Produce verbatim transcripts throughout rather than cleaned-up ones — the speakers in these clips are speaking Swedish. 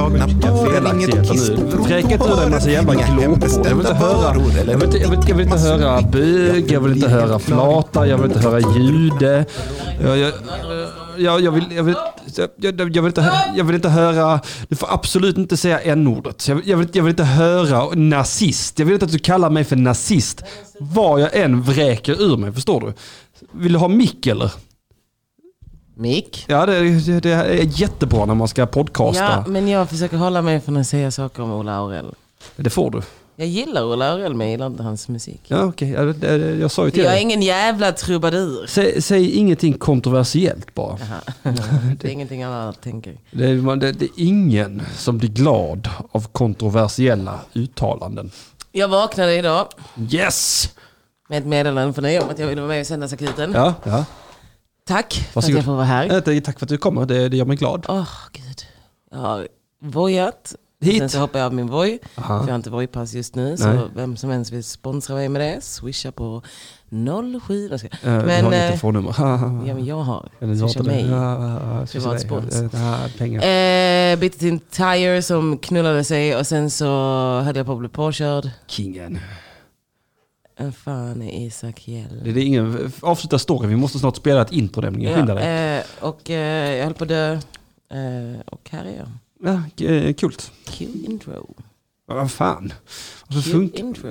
Vilka felaktigheter nu. Fräcket ur en massa jävla glåpor. Jag vill inte höra, jag vill inte, jag vill, jag vill inte höra bög, jag vill inte höra flata, jag vill inte höra jude. Jag, jag, jag, jag, vill, jag, vill, jag, jag, vill inte, jag vill inte höra, du får absolut inte säga n-ordet. Jag, jag, vill, jag vill inte höra nazist. Jag vill inte att du kallar mig för nazist. Vad jag än vräker ur mig, förstår du? Vill du ha mick eller? Mick? Ja, det, det, det är jättebra när man ska podcasta. Ja, men jag försöker hålla mig från att säga saker om Ola Aurell. Det får du. Jag gillar Ola Aurell, men jag gillar inte hans musik. Ja, okej. Okay. Jag, jag, jag sa ju till Jag dig. är ingen jävla trubadur. Säg, säg ingenting kontroversiellt bara. Det är ingenting alla tänker. Det är, det, det är ingen som blir glad av kontroversiella uttalanden. Jag vaknade idag. Yes! Med ett meddelande från dig om att jag ville vara med i Söndagsakuten. Ja, ja. Tack Varsågod. för att jag får vara här. Tack för att du kommer, det, det gör mig glad. Åh, oh, gud. Jag har vojat. Hit. Sen så hoppar jag av min voj. Aha. För jag har inte vojpass just nu. Nej. Så vem som helst vill sponsra mig med det, swisha på noll sju. Äh, men, du har ett telefonnummer. Ja, men jag har. Swisha mig. Privat spons. Eh, bytte till en tire som knullade sig. Och sen så hade jag på att bli påkörd. Kingen. En fan är Isak Hjell. Det är ingen avsluta story. Vi måste snart spela ett intro nämligen. Ja, eh, och eh, jag höll på att dö. Eh, och här är jag. Ja, k- kult. Cue intro. Ja, vad fan. Cue fun- intro.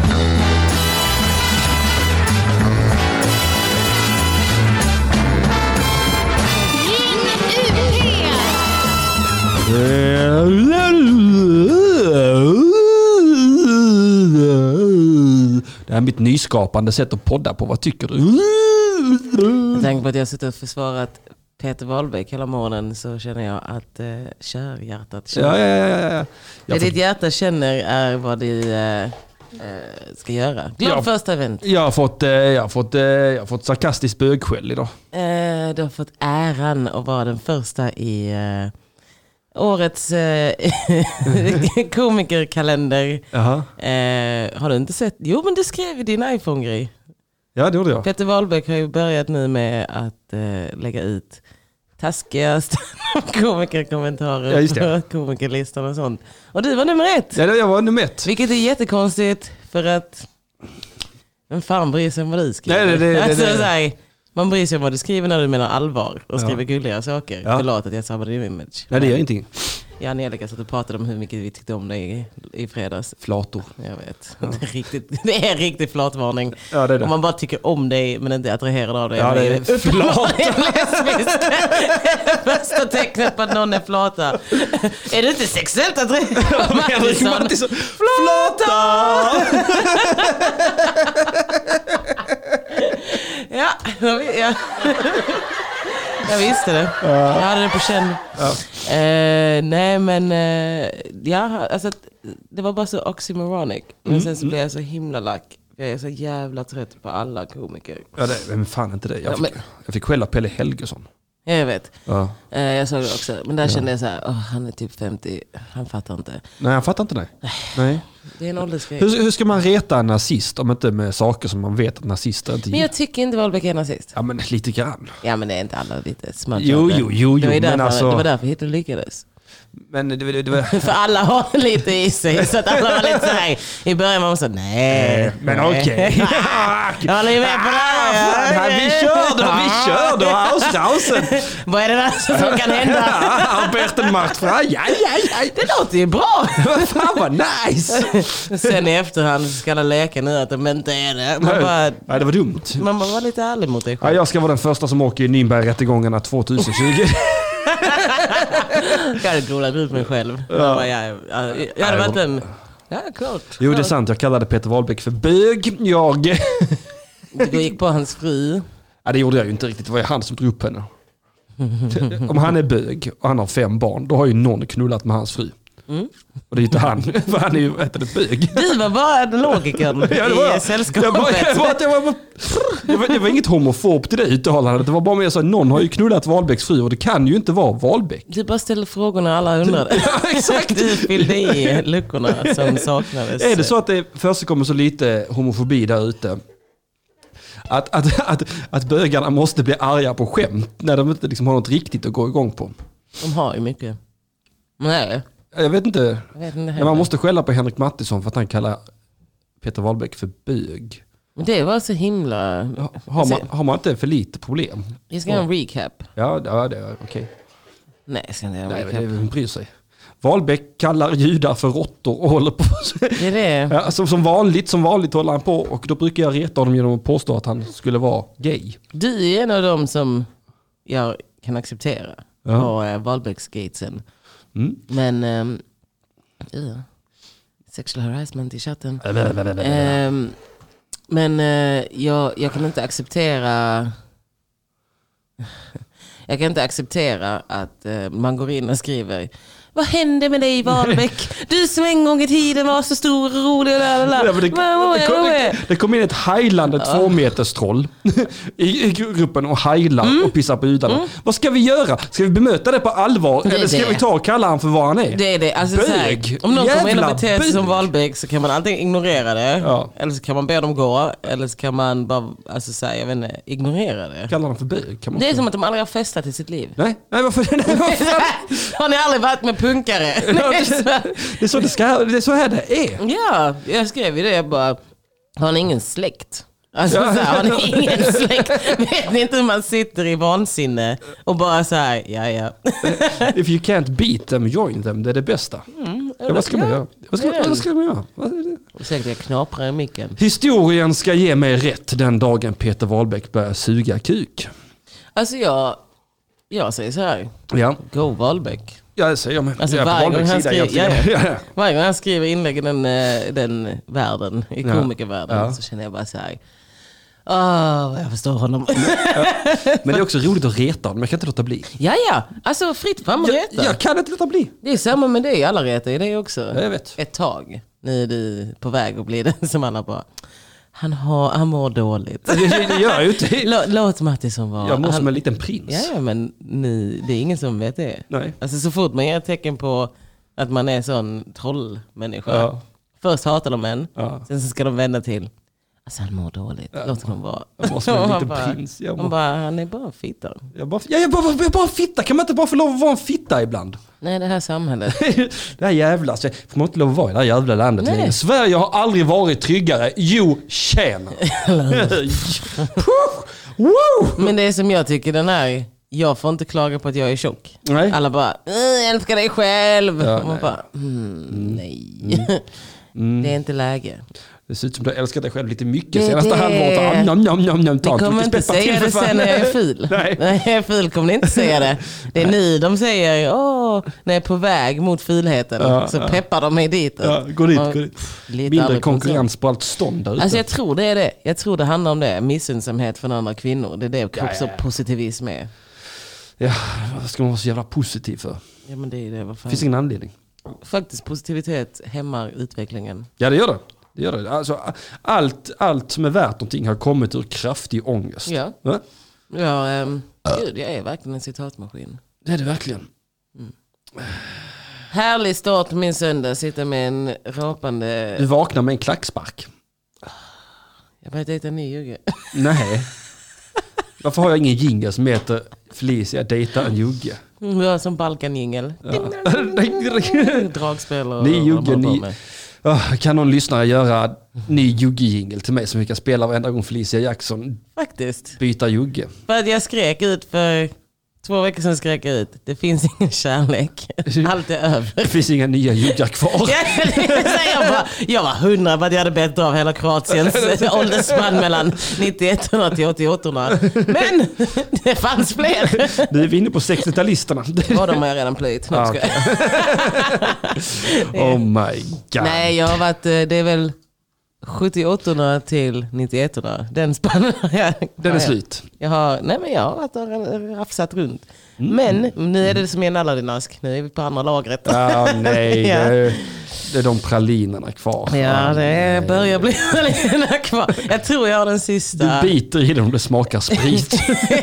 Det här är mitt nyskapande sätt att podda på. Vad tycker du? Jag tänker på att jag suttit och försvarat Peter Wahlbeck hela morgonen, så känner jag att eh, kör hjärtat kör. Ja, ja, ja, ja. Det får... ditt hjärta känner är vad du eh, ska göra. Glad jag, första event. Jag har fått, eh, jag har fått, eh, jag har fått sarkastiskt bögskäll idag. Eh, du har fått äran att vara den första i eh, årets eh, komikerkalender. Eh, har du inte sett? Jo, men du skrev i din iPhone-grej. Ja, det gjorde jag. Peter Wahlbeck har ju börjat nu med att eh, lägga ut taskiga komikerkommentarer ja, just det. På komikerlistan och sånt. Och du var nummer ett. Ja, jag var nummer ett. Vilket är jättekonstigt för att vem fan bryr sig om vad du skriver? Nej, nej, nej, alltså, nej, nej. Så här, man bryr sig om vad du skriver när du menar allvar och skriver ja. gulliga saker. Ja. Förlåt att jag sabbar din image. Nej, det gör ingenting. Jag och Angelica satt och pratade om hur mycket vi tyckte om dig i, i fredags. Flator. Jag vet. Ja. Det är riktigt, det är en riktig flatvarning. Ja, det är det. Om man bara tycker om dig men inte är attraherad av dig. Ja, det är flat. Första tecknet på att någon är flata. Är du inte sexuellt attraherad? Mattisson. Flata! Ja, ja. Jag visste det. Ja. Jag hade det på känn. Ja. Eh, nej men eh, ja, alltså, det var bara så oxymoronic. Men mm. sen så blev jag så himla lack. Jag är så jävla trött på alla komiker. Ja, det, men fan inte det. Jag fick, ja, men, jag fick skälla Pelle Helgesson. Ja, jag vet. Ja. Eh, jag såg det också. Men där ja. kände jag så här, oh, han är typ femtio. Han fattar inte. Nej, han fattar inte det. Nej. Det är en åldersgrej. Hur, hur ska man reta en nazist om inte med saker som man vet att nazister inte gör? Men jag tycker inte Wahlbeck är nazist. Ja, men lite grann. Ja, men det är inte alla lite smart. Jo, jo, jo, jo. Det var därför, men alltså... det var därför Hitler lyckades. Men det, det, det var... För alla har lite i sig. Så att alla var lite så här. I början var man så nej. Men okej. Okay. Jag håller ju med på det här. Ja, vi kör då, vi kör då. Austrausen. Vad är det där som kan hända? Alberten Martra. Ja, ja, ja. Det låter ju bra. Fan vad nice. Sen i efterhand ska alla leka nu att de inte är det. Man bara, nej, det var dumt. Man bara var lite ärlig mot dig själv. Ja, jag ska vara den första som åker i Nürnberg-rättegångarna tjugohundratjugo. Jag hade golat ut mig själv. Ja. Jag, bara, jag, jag, jag hade varit en... Ja, klart. Jo, det är sant. Jag kallade Peter Wahlbeck för bög. Jag... Du gick på hans fru. Ja, det gjorde jag ju inte riktigt. Det var ju han som drog upp henne. Om han är bög och han har fem barn, då har ju någon knullat med hans fru. Mm. Och det är inte han, för han är ju ett bög. Du var bara den logikern ja, det var, i sällskapet. Jag var, jag var, jag var, jag var, det var inget homofob till det uttalandet. Det var bara mer så att någon har ju knullat Wahlbecks fru och det kan ju inte vara Wahlbeck. Du bara ställer frågorna alla undrade. Ja, exakt. Du fyllde i luckorna som saknades. Är det så att det förekommer så lite homofobi där ute? Att, att, att, att bögarna måste bli arga på skämt när de inte liksom har något riktigt att gå igång på. De har ju mycket. Nej. Jag vet inte. Jag vet inte ja, man måste skälla på Henrik Mattisson för att han kallar Peter Wahlbeck för bög. Men det var så himla... Har man, har man inte för lite problem? Jag ska ha en recap. Ja, ja det är okej. Okay. Nej, jag ska inte ha en Nej, recap. det bryr sig. Wahlbeck kallar judar för råttor och håller på. Det är det. Ja, som, som vanligt, som vanligt håller han på. Och då brukar jag reta honom genom att påstå att han skulle vara gay. Du är en av dem som jag kan acceptera ja. på uh, Wahlbecksgatesen. Mm. Men... Um, uh, sexual harassment i chatten. um, men uh, jag, jag kan inte acceptera... jag kan inte acceptera att uh, man går in och skriver... Vad hände med dig, Wahlbeck? Du som en gång i tiden var så stor och rolig. Och där, där. Ja, det, det, kom, det, det kom in ett hejlande ja. två meters troll i, i gruppen och hejlar mm. och pissar på judarna. Mm. Vad ska vi göra? Ska vi bemöta det på allvar? Det eller ska det. vi ta och kalla han för vad han är? Det är det. Alltså, så här, om någon kommer in och beter sig som Wahlbeck så kan man antingen ignorera det. Ja. Eller så kan man be dem gå. Eller så kan man bara alltså, så här, jag vet inte, ignorera det. Kalla han för bög? Kan man det är få... som att de aldrig har festat i sitt liv. Nej, nej varför? Nej, varför? Har ni aldrig varit med punkare? Ja, det, det, är så det, ska, det är så här det är. Ja, jag skrev ju det. Jag bara, har ni ingen släkt? Alltså ja. så här, har ni ingen släkt? Vet ni inte hur man sitter i vansinne och bara så här, ja ja. If you can't beat them, join them. Det är det bästa. Mm, ja, vad ska man göra? Vad ska, vad ska man göra? Vad är det? Säkert jag knaprar i micken. Historien ska ge mig rätt den dagen Peter Wahlbeck börjar suga kuk. Alltså jag, jag säger så här. Ja. Go Wahlbeck. Ja, det säger jag med. Alltså, varje, gång han skriver, ja, ja. varje gång han skriver inlägg i den, den världen, i komikervärlden, ja. så känner jag bara så här. Åh, jag förstår honom. Ja. Men det är också roligt att reta honom, men jag kan inte låta bli. Ja, ja. Alltså fritt fram och reta. Jag, jag kan inte låta bli. Det är samma med dig, alla retar i det också. Ja, jag vet. Ett tag. Nu är du på väg att bli den som alla bara... Han, har, han mår dåligt. Det, det gör jag ju inte. Låt, låt Mattisson vara. Jag mår han, som en liten prins. Ja, ja men ni, det är ingen som vet det. Nej. Alltså så fort man ger tecken på att man är sån trollmänniska. Ja. Först hatar de en. Ja. Sen så ska de vända till. Alltså han mår dåligt. Ja. Låt honom vara. Jag mår som en liten bara, prins. Jag mår... bara, han är bara en fitta. Jag bara, ja, jag bara, jag bara en fitta. Kan man inte bara få lov att vara en fitta ibland? Nej, det här samhället. Det här jävla. Så får man inte lov att vara i det här jävla landet längre. Sverige har aldrig varit tryggare. Jo, tjena. Men det är som jag tycker den här... Jag får inte klaga på att jag är tjock. Nej. Alla bara, jag älskar dig själv. Ja, och man nej. bara, mm, mm. nej. Mm. Det är inte läge. Det ser ut som du har älskat dig själv lite mycket det, senaste halvåret. Nam, nam, nam, nam, ni kommer inte säga det sen när jag är ful. Nej. När jag är ful kommer ni inte säga det. Det är ni de säger, åh, när jag är på väg mot fulheten. Ja, så ja. peppar de mig dit. Ja, gå dit, gå dit. Mindre konkurrens på allt stånd där ute. Alltså jag tror det är det. Jag tror det handlar om det. Missunnsamhet från andra kvinnor. Det är det också ja, ja. positivism är. Ja, vad ska man vara så jävla positiv för? Ja, men det är det. Vad fan? Finns ingen anledning. Faktiskt positivitet hämmar utvecklingen. Ja, det gör det. Det gör det. Alltså, allt, allt som är värt någonting har kommit ur kraftig ångest. Ja, Va? ja ähm, gud, jag är verkligen en citatmaskin. Det är det verkligen. Mm. Härlig start på min söndag. Sitter med en rapande... Du vaknar med en klackspark. Jag börjar dejta en ny jugge. Nej. Varför har jag ingen jingle som heter Felicia dejta en jugge? Du har som Balkan-jingel. Ja. Dragspel och... Ni jugge, ni... Oh, kan någon lyssnare göra ny jugge-jingle till mig som vi kan spela varenda gång Felicia Jackson faktiskt byta jugge? För att jag skrek ut för två veckor sedan skrek jag ut. Det finns ingen kärlek. Allt är över. Det finns inga nya juggar kvar. jag, bara, jag var hundra på att jag hade bett av hela Kroatiens åldersspann mellan nittioett till åttioåtta. Men det fanns fler. Nu är vi inne på sextiotalisterna. Ja, de har jag redan plöjt. Ah, okay. Oh my god. Nej, jag har varit, det är väl sjuttioåtta till nittioett. Den spannen har jag. Den är slut. Jag har, nej men jag har varit och rafsat runt. Mm. Men nu är det som en Aladdin-ask. Nu är vi på andra lagret. Ah, nej, ja. det, är, det är de pralinerna kvar. Ja, det ah, börjar bli pralinerna kvar. Jag tror jag har den sista. Du biter i dem, det smakar sprit.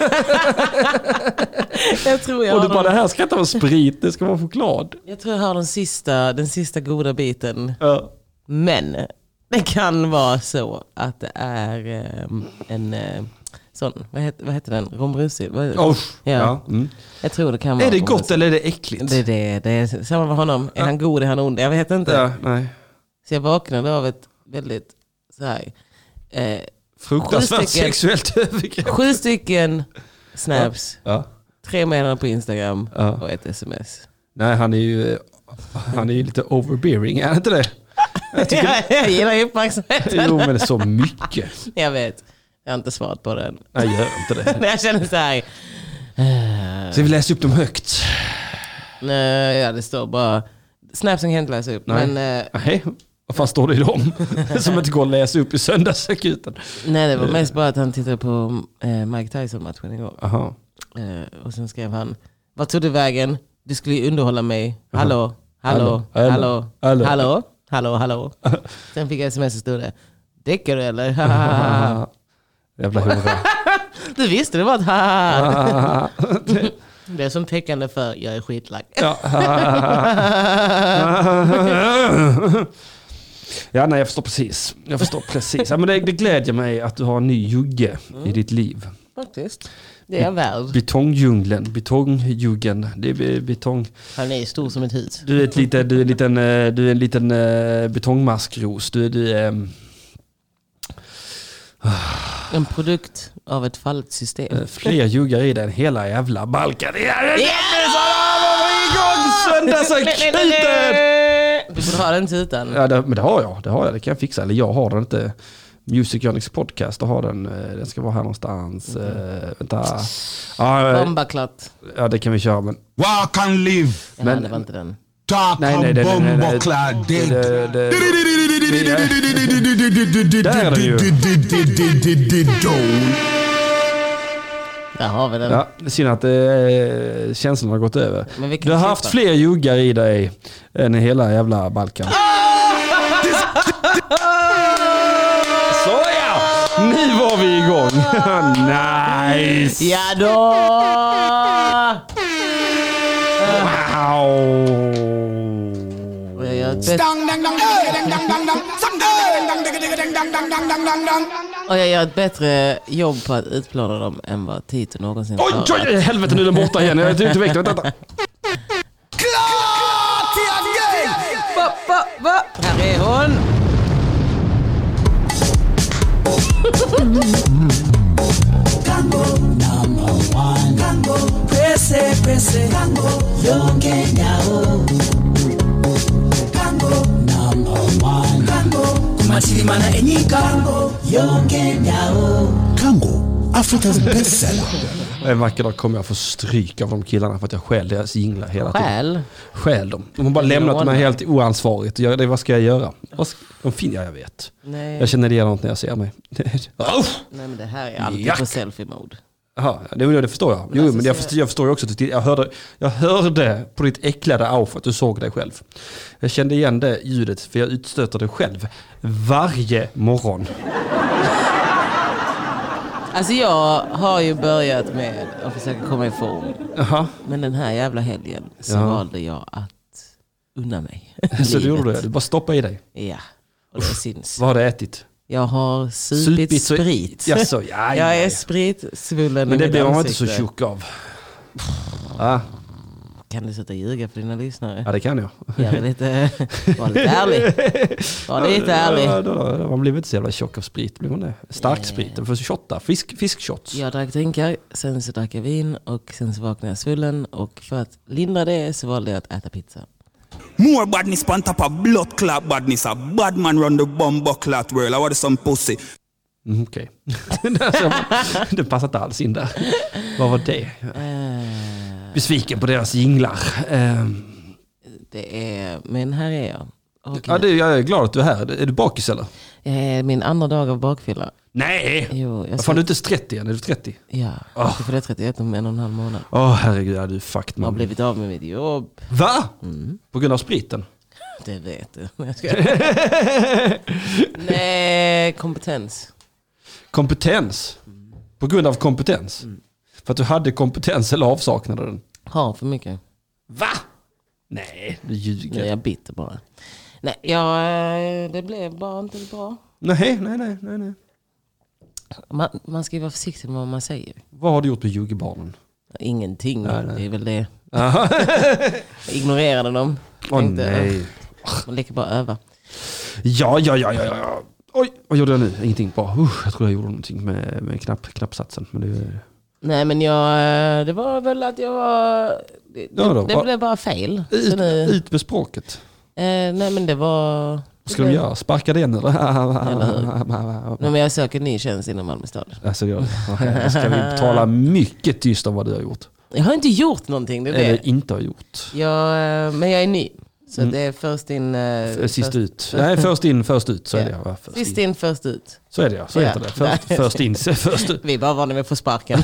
jag tror jag och har du bara, den... det här ska inte vara sprit, det ska vara choklad. Jag tror jag har den sista, den sista goda biten. Ja. Men... det kan vara så att det är um, en uh, sån, vad heter, vad heter den? Rombrusig? Oh, ja. ja. Mm. Jag tror det kan vara. Är det gott eller är det äckligt? Det är det, det är samma med honom. Är ja. han god, är han ond? Jag vet inte. Ja, nej. Så jag vaknade av ett väldigt så här... Eh, fruktansvärt sexuellt övergrepp. Sju stycken snaps. Ja. Ja. Tre meddelanden på Instagram ja. och ett sms. Nej, han är ju han är ju lite overbearing, är han inte det? Jag, tycker... ja, jag gillar uppmärksamheten. Jo, men det är så mycket. Jag vet. Jag har inte svarat på den. Nej, jag gör inte det. Jag känner så här. Så vi läser upp dem högt. Nej, ja, det står bara snapsen kan jag inte läsa upp. Nej. Men, Nej. Vad fan står det i dem? Som inte går att läsa upp i söndagsakuten. Nej, det var mest bara att han tittade på eh, Mike Tyson-matchen igår. Aha. Eh, och sen skrev han: vad tog du vägen? Du skulle ju underhålla mig. Hallå, hallå, hallå, hallå, hallå, hallå, hallå, hallå. Sen fick jag sms och stod det: däckar du eller? Jävla hurra. Du visste det var ett haha. Det är som täckande för jag är skitlack. Ja. Ja, nej, jag förstår precis. Jag förstår precis. Ja, men det, det glädjer mig att du har en ny jugge mm. i ditt liv. Faktiskt. Det är jag värd. Betongdjungeln, betongjuggen. Det är betong. Han är stor som ett hus. Du är ett lite, du är en liten, du är en liten uh, betongmaskros. Du, du är um... en produkt av ett fallet system. Uh, fler juggar i den hela jävla balkan. Det är igång söndagsakuten! Du borde ha den tutan. Ja, det, men det har jag. Det har jag. Det kan jag fixa. Eller jag har den inte. Music Unix Podcast, har den. Den ska vara här någonstans. Mm. Uh, vänta. Ah, Bombaklatt. Ja, det kan vi köra. Men... Walk and live. Ja, men det var inte den. Talk nej, nej, nej, nej, nej, nej. Det, det, det, där är det ju. Där har vi den. Ja, det är synd att eh, känslan har gått över. Du har haft klippa. fler juggar i dig än i hela jävla Balkan. Så ja! Nu var vi igång. Nice! Ja då! Wow! Och jag gör ett bättre jobb på att utplåna dem än vad Tito någonsin oj, oj, oj, helvete, nu är den borta igen. Jag är ute i veckan. Vänta. Va, va, va? Här är hon. Kango number one. Kango presse presse. Kango yongenyao. Kango number one. Kango kumachilimana enyika. Kango yongenyao. Kango, Afrikas bestseller. En vacker dag kommer jag få stryk av de killarna för att jag skäl deras jinglar hela tiden. Skäl? Skäl dem. De har bara lämnat dem helt oansvarigt. Jag, det, vad ska jag göra? De finner jag, jag vet. Nej. Jag känner igen något när jag ser mig. Nej, men det här är alltid Jack. På selfie-mode. Jaha, det, det förstår jag. Jo, men jag förstår, jag förstår ju också att jag hörde, jag hörde på ditt äcklade outfit att du såg dig själv. Jag kände igen det ljudet för jag utstöter det själv varje morgon. Alltså jag har ju börjat med att försöka komma i form. Aha. Men den här jävla helgen så ja. valde jag att unna mig. Så du gjorde det? Du bara stoppade i dig? Ja, och det syns. Vad har du ätit? Jag har supit, supit sprit. Ja, så, ja, jag är spritsvullen. Men det blir man inte så tjock av. Ja. Kan du sätta ljuga för dina lyssnare? Ja, det kan jag. Jag är lite, var lite ärlig. Var lite ärlig. Ja, då, då, man blir inte så jävla tjock av sprit. Blir man det? Stark sprit. Den får shotta. Fisk, fiskshots. Jag drack drinkar, sen så drack jag vin och sen så vaknade jag svullen. Och för att lindra det så valde jag att äta pizza. More badness on top of blood clot badness. A bad man run the bomb clot world. I want some pussy. Mm, okej. Okay. Det passar inte alls in där. Vad var det? Uh, Besviken på deras jinglar. Uh, det är... Men här är jag. Okay. Ja, det, jag är glad att du är här. Är du bakis eller? Eh, min andra dag av bakfylla. Nej! Jo, jag fan, du är inte trettio än? Är du trettio? Ja, jag ska få det trettioett om en och en halv månad. Åh, oh, herregud, ja, du är fucked, man. Jag har blivit av med mitt jobb. Va? Mm. På grund av spriten? Det vet du. Jag ska... Nej, kompetens. Kompetens? På grund av kompetens? Mm. För att du hade kompetens eller avsaknade den? Har för mycket. Va? Nej, du ljuger. Nej, jag är bitter bara. Nej, jag, det blev bara inte bra. Nej, nej, nej, nej, nej. Man, man ska ju vara försiktig med vad man säger. Vad har du gjort med juggebarnen? Ingenting, nej, nej. det är väl det. Jag ignorerade dem. Åh oh, nej. Man leker bara öva. Ja, ja, ja, ja, ja. Oj, vad gjorde jag nu? Ingenting bra. Uh, jag tror jag gjorde någonting med, med knapp, knappsatsen. Men det... Nej, men jag, det var väl att jag var... Det, ja, då, det var... blev bara fel. Ut, nu, ut med språket. Eh, nej, men det var... Vad ska de göra? Sparka det igen eller? eller nej, men jag söker ny tjänst inom Malmö stad. Alltså, då ska vi tala mycket tyst om vad du har gjort. Jag har inte gjort någonting. Det är eller det. inte har gjort. Jag, men jag är ny. Så mm. det är först in... Uh, Sist först, ut. Nej, först in, först ut. Så yeah. är det. Först Sist in, först ut. Så är det, ja. Så yeah. heter det. Först, först in, först ut. Vi bara var när vi får sparken.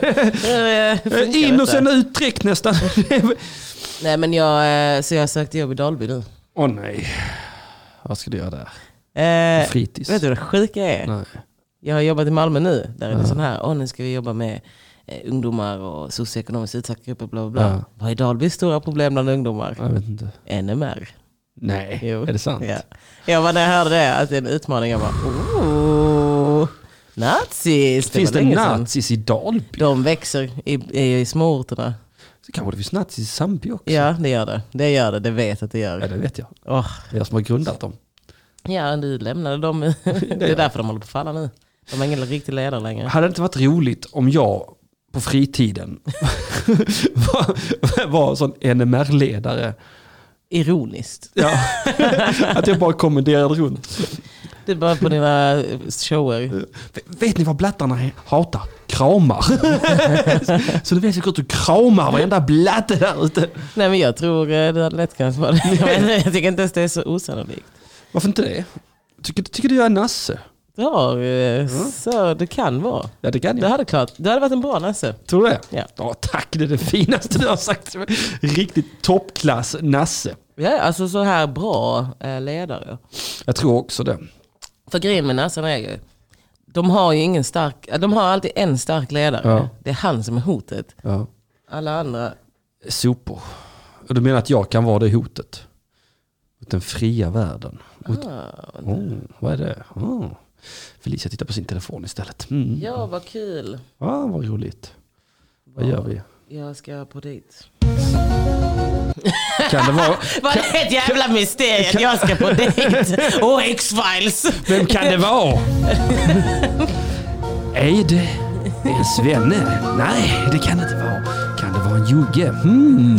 In och sen ut direkt nästan. Nej, men jag, så jag sökte jobb i Dalby nu. Åh oh, nej. Vad ska du göra där? Eh, Fritids. Vet du vad det sjuka är? Nej. Jag har jobbat i Malmö nu. Där är det ja. sån här, åh, nu ska vi jobba med eh, ungdomar och socioekonomiskt utsatta grupper, bla bla. Ja. Vad är Dalbys stora problem bland ungdomar? Jag vet inte. N M R. Nej, jo. Är det sant? Ja. Jag var när jag hörde det, att det är en utmaning. Jag bara, oh, nazis. Finns det, det nazis i Dalby? De växer i, i, i småorterna. Så kanske det finns nazis i Sandby också? Ja, det gör det. Det gör det, det vet att det gör. Ja, det vet jag. Oh. Det är jag som har grundat dem. Ja, du lämnade dem. Det är därför de håller på att falla nu. De har ingen riktig ledare längre. Hade det inte varit roligt om jag på fritiden var, var sån N M R-ledare? Ironiskt. Ja, att jag bara kommenderade runt. Det är bara på dina shower. Vet ni vad blattarna hatar? Kramar. Så du vet jag att du kramar varenda blatte där ute. Nej, men jag tror det hade lätt kanske vara det. Jag tycker inte ens det är så osannolikt. Varför inte det? Tycker, tycker du jag är nasse? Ja, så det kan vara. Ja, det kan jag. Det hade klart. Det hade varit en bra nasse. Tror du det? Ja. Ja, tack, det är det finaste du har sagt. Riktigt toppklass nasse. Ja, alltså så här bra ledare. Jag tror också det. För grejen med nassen är ju, de har ju ingen stark, de har alltid en stark ledare. Ja. Det är han som är hotet. Ja. Alla andra sopor. Och du menar att jag kan vara det hotet? Mot den fria världen. Mot... Ah, oh, vad är det? Oh. Felicia tittar på sin telefon istället. Mm. Ja, vad kul. Ja, ah, vad roligt. Vad, vad gör vi? Jag ska på dejt. Kan det vara... Vad är det ett jävla mysterium att jag ska på dejt? Och X-Files. Vem kan det vara? Är det en svenne? Nej, det kan det inte vara. Kan det vara en jugge? Hmm.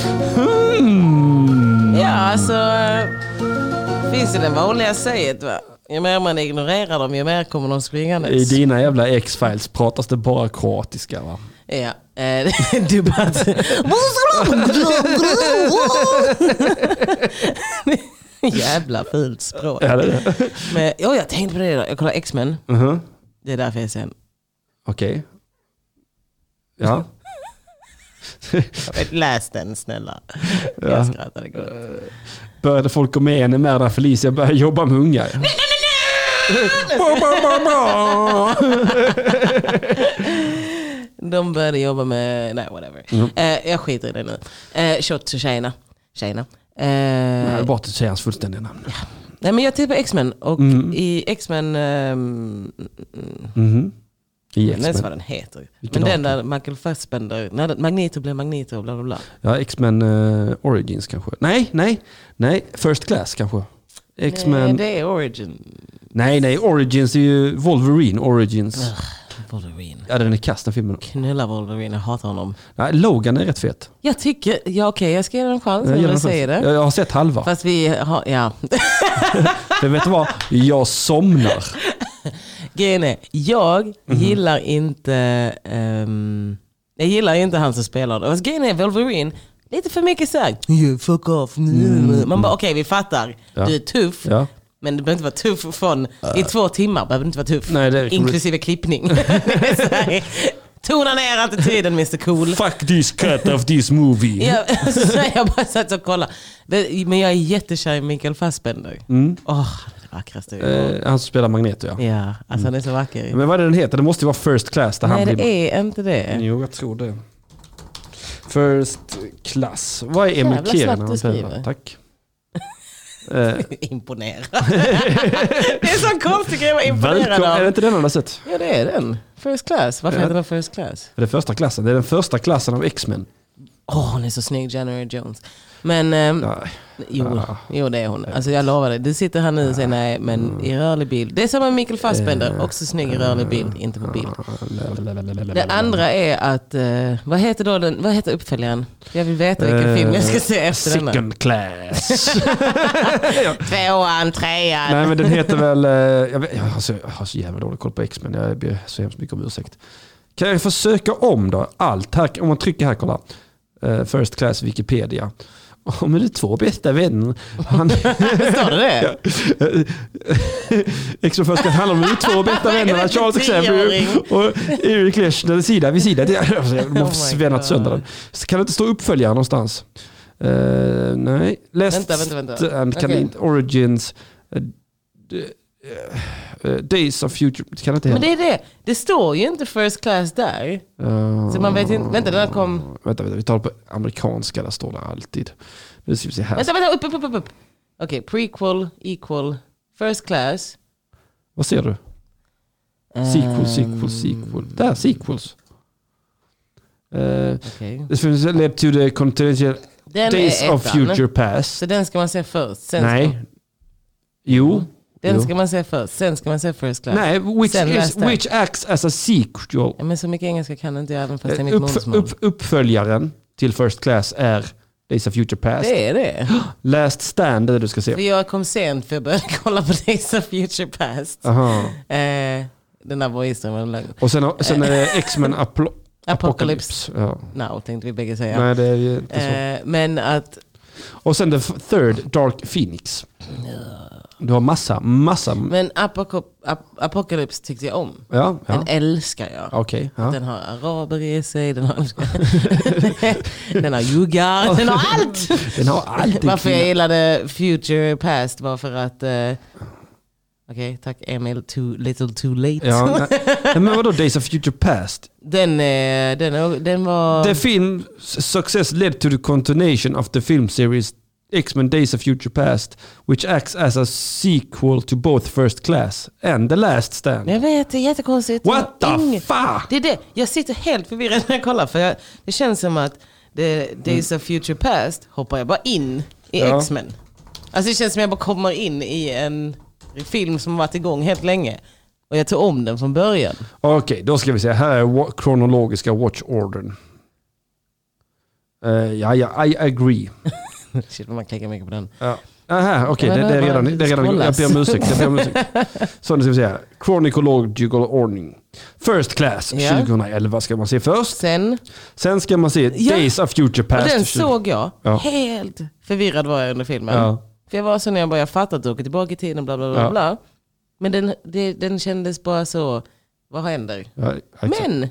Hmm. Ja, alltså... Finns det den vanliga säget, va? Ju mer man ignorerar dem, ju mer kommer de springandes. I dina jävla X-Files pratas det bara kroatiska, va? Ja, eh, du bara... Jävla fult språk. Ja, det är det. Men, oh, jag tänkte på det då. Jag kollar X-Men. Uh-huh. Det är därför jag är sen. Okej. Okay. Ja. Läs den, snälla. Ja. Jag skrattade gott. Började folk gå med en med där Felicia började jobba med ungar. Nej, nej, nej! De började jobba med... Nej, whatever. Mm. Eh, jag skiter i det nu. Eh, shot till tjejerna. Tjejerna. Eh, Nej, det är bara att säga hans fullständiga namn. Ja. Nej, men jag tittar på X-Men. Och mm. i X-Men... Um, mm. I jag vet inte vad den heter. Vilken men den där Michael Fassbender... När Magneto blev Magneto och bla bla bla. Ja, X-Men uh, Origins kanske. Nej, nej. Nej, First Class kanske. X-Men... Nej, det är Origin. Nej, nej. Origins är ju Wolverine Origins. Ugh, Wolverine. Ja, den är kast den filmen. Knulla Wolverine, jag hatar honom. Nej, Logan är rätt fet. Jag tycker... Ja, okej, okay, jag ska ge den en chans. Jag, jag, säger det. jag har sett halva. Fast vi har... Ja. Det vet du vad? Jag somnar. Grejen jag mm-hmm. gillar inte... Um, jag gillar inte han som spelar det. Och grejen är Wolverine... Lite för mycket så här, yeah, fuck off. Mm. Man bara, okej, okay, vi fattar. Ja. Du är tuff. Ja. Men du behöver inte vara tuff från... Uh. I två timmar behöver du inte vara tuff. Nej, det är inklusive klippning. Tona ner attityden, mister Cool. Fuck this cut of this movie. Ja, så jag bara satt och kolla. Men jag är jättekär i Michael Fassbender. Mm. Oh, det vackraste. Eh, han som spelar Magneto, ja. Ja, alltså mm. han är så vacker. Men vad är det den heter? Det måste ju vara First Class. Där Nej, han det blir... är inte det. Jo, jag tror det. First Class. Vad är Emil Kiernan? Tack. Imponerad. Det är så konstigt grej att imponera. Välkommen, är det inte den du har sett? Ja, det är den. First Class. Varför Ja. heter den First Class? Det är första klassen. Det är den första klassen av X-Men. Åh, oh, hon är så snygg, January Jones. Men, ehm, Nej. jo, Ja. jo, det är hon. Alltså jag lovar det. Du sitter här nu och säger nej, men i rörlig bild. Det är som med Mikael Fassbender. Också snygg i rörlig bild, inte på bild. Det andra är att, eh, vad heter då den, vad heter uppföljaren? Jag vill veta vilken Eh, film jag ska se efter denna. Second class. Tvåan, trean. Nej, men den heter väl... eh, Jag, vet, jag, har så, jag har så jävla dålig koll på X-Men. Jag ber så hemskt mycket om ursäkt. Kan jag försöka om då? Allt här. Om man trycker här, kolla. Uh, First class Wikipedia. Om det är två bästa vänner. Han, Står det det? X-Men First class handlar om de två bästa vännerna. Charles Xavier och Eric Leshner sida vid sida. Jag måste svennat sönder den. Så kan det inte stå uppföljare någonstans? Uh, nej. Last Vänta, vänta, vänta. and kan Okej. inte Origins. Uh, d- uh, Days of Future. Kan det inte Men hända? det är det. Det står ju inte First Class där. Uh, Så man vet inte. Vänta, den här kom... Vänta, vänta, vi tar det på amerikanska. Där står det alltid. Nu ska vi se här. Vänta, vänta, upp, upp, upp, upp. Okej, prequel, equal, First Class. Vad ser du? Sequel, sequel, sequel. Där, sequels. Uh, Okej. This film led to the continuation Den Days är of ettan. Future Past. Så den ska man se först. Sen Nej. Ska, Jo. den jo. ska man se först. Sen ska man se First Class. Nej, which, Sen is, nästa. which acts as a sequel. Ja, men så mycket engelska kan inte jag, även fast det är mitt Upp, modersmål. upp, uppföljaren till First Class är Days of Future Past. Det är det. Last Stand är det du ska se. För jag kom sent för jag började kolla på Days of Future Past. Aha. Eh, den där voicen var en lögn. Och sen, sen är det X-Men Aplo- Apocalypse. Ja. Now, tänkte vi bägge säga. Nej, det är ju inte så. Eh, men att... Och sen the f- third, Dark Phoenix. Du har massa, massa. Men Apoco- Ap- Apocalypse tyckte jag om. Ja, ja. Den älskar jag. Okej. ja. Den har araber i sig, den har, den har juggar, den har allt! Den har alltid Varför jag kvinna. gillade Future Past var för att... Uh, Okej, tack Emil. Too little too late. Ja, nej. Nej, men vadå Days of Future Past? Den, eh, den, den var... The film success led to the continuation of the film series X-Men Days of Future Past, which acts as a sequel to both First Class and The Last Stand. Jag vet, det är jättekonstigt. What the Ingen- fuck? Det är det. Jag sitter helt förvirrad när jag kollar. För jag, det känns som att the Days of Future Past hoppar jag bara in i Ja. X-Men. Alltså det känns som jag bara kommer in i en film som varit igång helt länge. Och jag tog om den från början. Okej, då ska vi se. Här är wa- kronologiska watch-ordern. Uh, ja, ja, I agree. Shit, man klickar mycket på den. Ja. Ah, här, okej, Ja, det, men det är det redan, var det är redan jag ber om ursäkt. Jag ber om ursäkt. Så nu ska vi se här. Chronological ordning. First Class, Ja. tjugoelva ska man se först. Sen, Sen ska man se Ja. Days of Future och Past. den såg jag. Ja. Helt förvirrad var jag under filmen. Ja. För jag var så när jag började fatta att du åker tillbaka i tiden, bla bla bla. Ja. bla. Men den, det, den kändes bara så, vad händer? Ja, exakt. Men,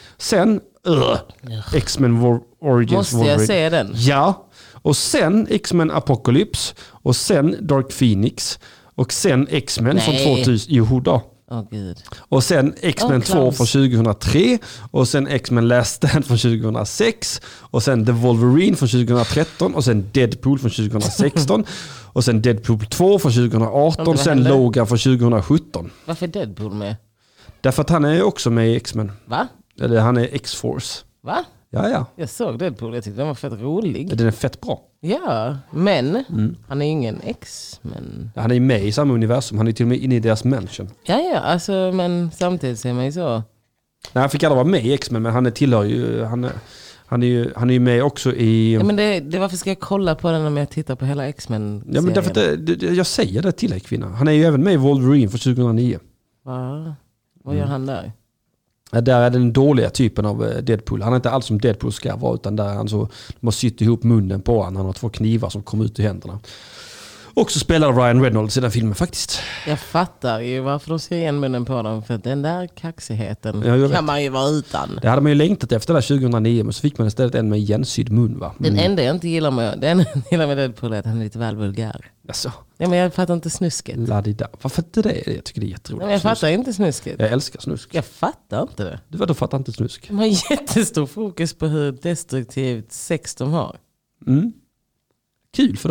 Sen uh, X-Men War- Origins måste jag Wolverine. se den? Ja, och sen X-Men Apocalypse och sen Dark Phoenix och sen X-Men Nej. från tvåtusen. Jo då. Åh gud. Och sen X-Men Åh, två Klaus. från tjugohundratre och sen X-Men Last Stand från tjugohundrasex och sen The Wolverine från tjugohundratretton och sen Deadpool från tjugohundrasexton och sen Deadpool två från tjugohundraarton och Vad sen hände? Logan från tjugosjutton. Varför är Deadpool med? Därför att han är också med i X-Men. Va? Eller han är X-Force. Va? Ja, ja. Jag såg Deadpool, jag tyckte den var fett rolig. Den är fett bra. Ja, men Mm. han är ingen ex. Men... Han är ju med i samma universum. Han är till och med inne i deras mansion. Ja, ja, alltså men samtidigt ser man ju så. Nej, han fick aldrig vara med i X-Men, men han är tillhör ju... Han är, han är ju han är ju med också i... Ja, men det, det, varför ska jag kolla på den om jag tittar på hela X-Men? Ja, men därför att det, det, jag säger det till dig, kvinna. Han är ju även med i Wolverine från tjugohundranio. Va? Vad gör han där? Ja, där är den dåliga typen av eh, Deadpool. Han är inte alls som Deadpool ska vara, utan där är han så... De har sytt ihop munnen på honom. Han har två knivar som kommer ut i händerna. Och så spelar Ryan Reynolds i den filmen faktiskt. Jag fattar ju varför de ser igen munnen på dem. För den där kaxigheten Ja, jag vet. kan man ju vara utan. Det hade man ju längtat efter där tjugohundranio, men så fick man istället en med igensydd mun, va? Den Mm. enda jag inte gillar med, den enda jag gillar med Deadpool är att han är lite väl vulgär. Alltså, Nej, men jag fattar inte snusket. ladida. Varför inte det? Jag tycker det är jätteroligt. Nej, men jag fattar inte snusket. Jag älskar snusk. Jag fattar inte det. Du vadå, fattar inte snusk? De har jättestor fokus på hur destruktivt sex de har. Mm. Kul för dem.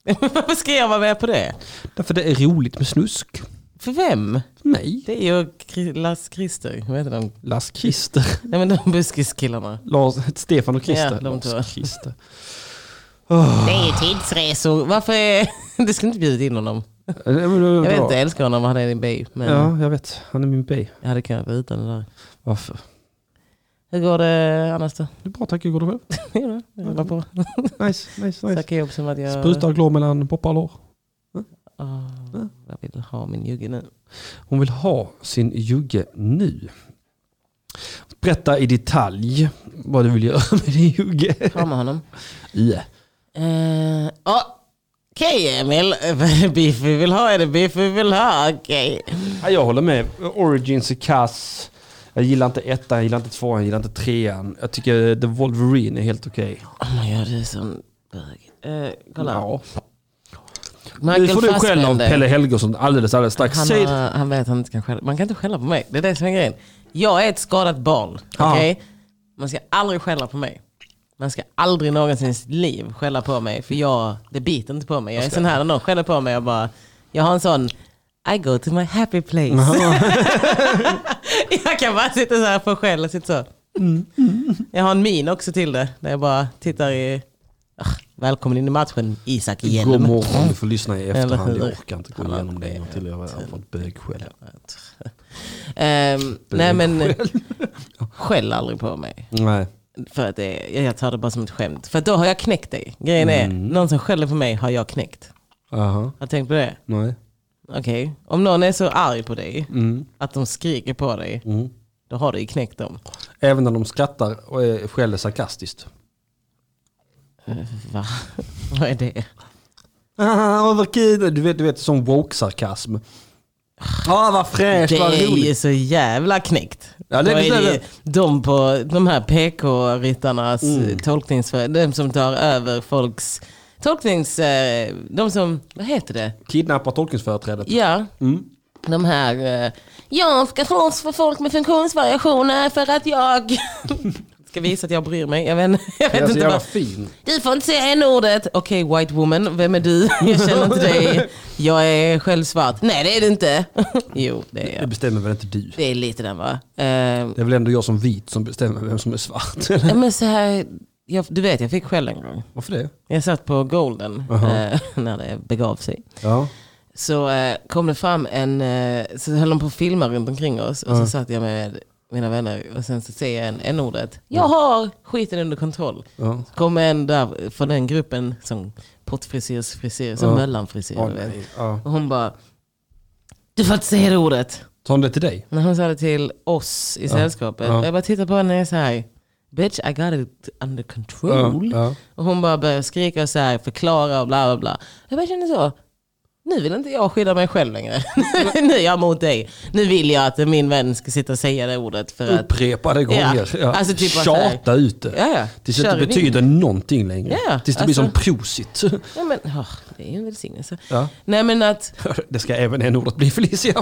Varför ska jag vara med på det? Därför det är roligt med snusk. För vem? Nej. Det är ju Lars Christer. Vad heter de? Lars Christer. Nej, men de buskiskillarna. Lars, Stefan och Christer. Ja, de två. Lars Christer. Oh. Det är tidsresor. Varför är... Du ska inte bjuda in honom. Jag vet inte, jag älskar honom och han är din babe. Men ja, jag vet. Han är min babe. Jag hade kunnat vara utan det där. Varför? Hur går det annars då? Det är bra, tack. Hur går det själv? Ja, jag håller på. Nice, nice, nice. Jobb som att jag... Sprutar glå mellan poppa och lår. Oh, jag vill ha min jugge nu. Hon vill ha sin jugge nu. Berätta i detalj vad du vill göra med din jugge. Ha med honom. Ja. Uh, oh. Okej okay, Emil, vad är det beef vi vill ha? Är det beef vi vill ha? Okej. Okay. Ja, jag håller med. Origins är kass. Jag gillar inte ettan, jag gillar inte tvåan, jag gillar inte trean. Jag tycker The Wolverine är helt okej. Okay. Oh, ja, det är sån bög. Uh, kolla. Ja. Nu får du skälla av Pelle Helgersson alldeles, alldeles strax. Han, har, han vet att han inte kan skälla. Man kan inte skälla på mig. Det är det som är grejen. Jag är ett skadat barn. Okay? Man ska aldrig skälla på mig. Man ska aldrig någonsin i sitt liv skälla på mig. För jag, det biter inte på mig. Jag är sån här när någon skäller på mig. Jag bara, jag har en sån, I go to my happy place. Jag kan bara sitta så här på skäll och sitta så. Mm. Jag har en min också till det. Där jag bara tittar i... Oh, välkommen in i matchen, Isak igen. God morgon, du får lyssna i efterhand. Jag orkar inte gå igenom det en gång till. Jag har fått bögskäll. Um, nej men, skäll aldrig på mig. Nej. För att det, jag tar det bara som ett skämt. För då har jag knäckt dig. Grejen är, mm. någon som skäller på mig har jag knäckt. Uh-huh. Har du tänkt på det? Nej. Okej. Okay. Om någon är så arg på dig, mm. att de skriker på dig, mm. då har du ju knäckt dem. Även när de skrattar och är, skäller sarkastiskt. Va? Vad är det? Ah, vad kul. Du vet, du vet som woke-sarkasm. Ja, ah, vad fräscht, det vad roligt. Det är ju så jävla knäckt. Ja, det är det de på de här P K-ryttarnas mm. tolkningsför, de som tar över folks tolknings, de som, vad heter det? Kidnappar tolkningsföreträdet. Ja. Mm. De här, jag ska slåss för folk med funktionsvariationer för att jag ska visa att jag bryr mig. Jag vet, jag vet inte vad. Fin. Du får inte säga en-ordet. Okej, okay, white woman, vem är du? Jag känner inte dig. Jag är själv svart. Nej, det är du inte. Jo, det är jag. Det bestämmer väl inte du? Det är lite den, va? Uh, det är väl ändå jag som vit som bestämmer vem som är svart? Ja, men så här, jag, du vet, jag fick skäll en gång. Varför det? Jag satt på Golden uh-huh. uh, när det begav sig. Ja. Så uh, kom det fram en, uh, så höll de på att filma runt omkring oss. Och uh-huh. så satt jag med mina vänner och sen så säger jag en, en ordet. Jag har skiten under kontroll. Uh-huh. Så kommer en där från den gruppen som pottfrisyrs frisyr, som uh-huh. mellanfrisyr. Oh, uh-huh. Och hon bara, du får inte säga det ordet. Sa hon det till dig? När hon sa det till oss i uh-huh. sällskapet. Uh-huh. Jag bara tittar på henne och är så här, bitch, I got it under control. Uh-huh. Och hon bara börjar skrika och så här, förklara och bla bla bla. Jag bara känner så, nu vill inte jag skydda mig själv längre. Nu är jag mot dig. Nu vill jag att min vän ska sitta och säga det ordet. För att, upprepade gånger. Ja. Alltså typ tjata ut det. Ja, ja. Tills det inte betyder in. någonting längre. Ja, tills det alltså, blir som prosit. Ja, men, oh, det är ju en välsignelse. Ja. Nej, men att... Det ska även en ordet bli, Felicia.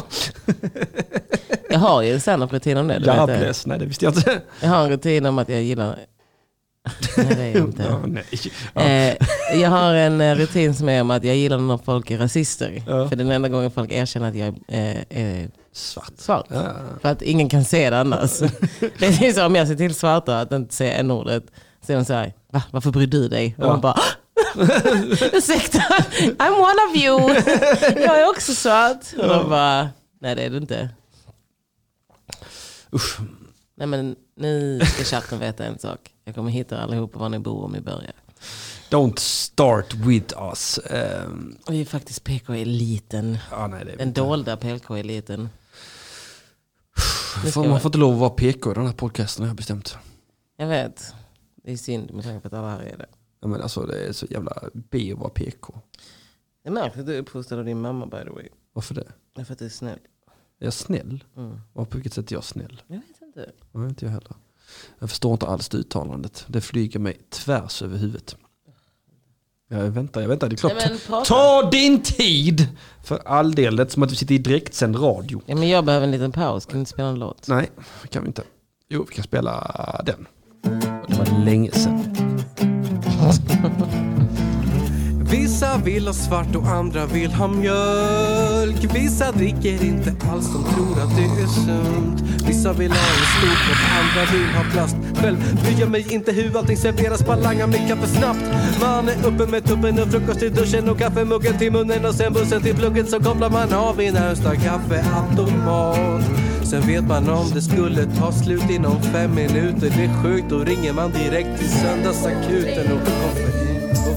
Jag har ju en stand-up-rutin om det. Ja, bless. Nej, det visste jag inte. Jag har en rutin om att jag gillar... Nej, det är inte. Ja, nej. Ja. Eh, jag har en rutin som är om att jag gillar när folk är rasister. Ja. För den enda gången folk erkänner att jag är, är svart. svart. Ja. För att ingen kan se det annars. Det är så om jag ser till svarta att inte se en ordet. Så är de så här, va? Varför bryr du dig? Och ja. man bara, ursäkta, I'm one of you. Jag är också svart. Och de bara, nej det är du inte. Usch. Nej men nu ska chatten veta en sak. Jag kommer hitta allihopa var ni bor om vi börjar. Don't start with us. Um, Vi är faktiskt P K-eliten. Ja, nej, det är den inte. dolda P K-eliten. Får, man får inte lov att vara P K i den här podcasten, har jag bestämt. Jag vet. Det är synd med tanke på att alla här är det. Ja, men alltså det är så jävla B att vara P K. Jag märker att du är uppfostrad av din mamma, by the way. Varför det? Därför att du är snäll. Är jag snäll? Mm. Och på vilket sätt är jag snäll? Jag vet inte. Jag vet inte jag heller. Jag förstår inte alls det uttalandet. Det flyger mig tvärs över huvudet. Jag väntar, jag väntar. Det är klart. Nej, ta din tid! För all del, det är som att vi sitter i direktsänd radio. Ja, men jag behöver en liten paus. Kan vi inte spela en låt? Nej, det kan vi inte. Jo, vi kan spela den. Det var länge sedan. Vissa vill ha svart och andra vill ha mjölk. Vissa dricker inte alls, de tror att det är sunt. Vissa vill ha en stor kopp, andra vill ha plast. Själv bryr jag mig inte hur allting serveras, bara langar med kaffe snabbt. Man är uppe med tuppen och frukost i duschen och kaffemuggen till munnen och sen bussen till plugget, så kopplar man av i närmsta kaffeautomat. Sen vet man om det skulle ta slut inom fem minuter. Det är sjukt, då ringer man direkt till söndagsakuten och koffein.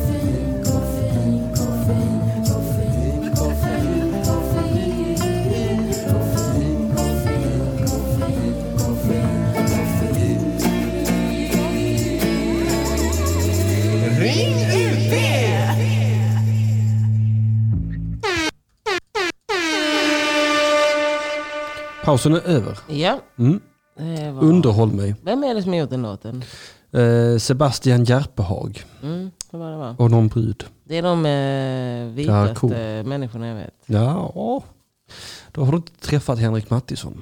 Pausen är över. Ja. Mm. Var... Underhåll mig. Vem är det som har gjort den låten? Eh, Sebastian Järpehag. Mm, vad var det var? Och någon brud. Det är de eh, vitaste ja, cool. människorna jag vet. Ja, då har du inte träffat Henrik Mattisson.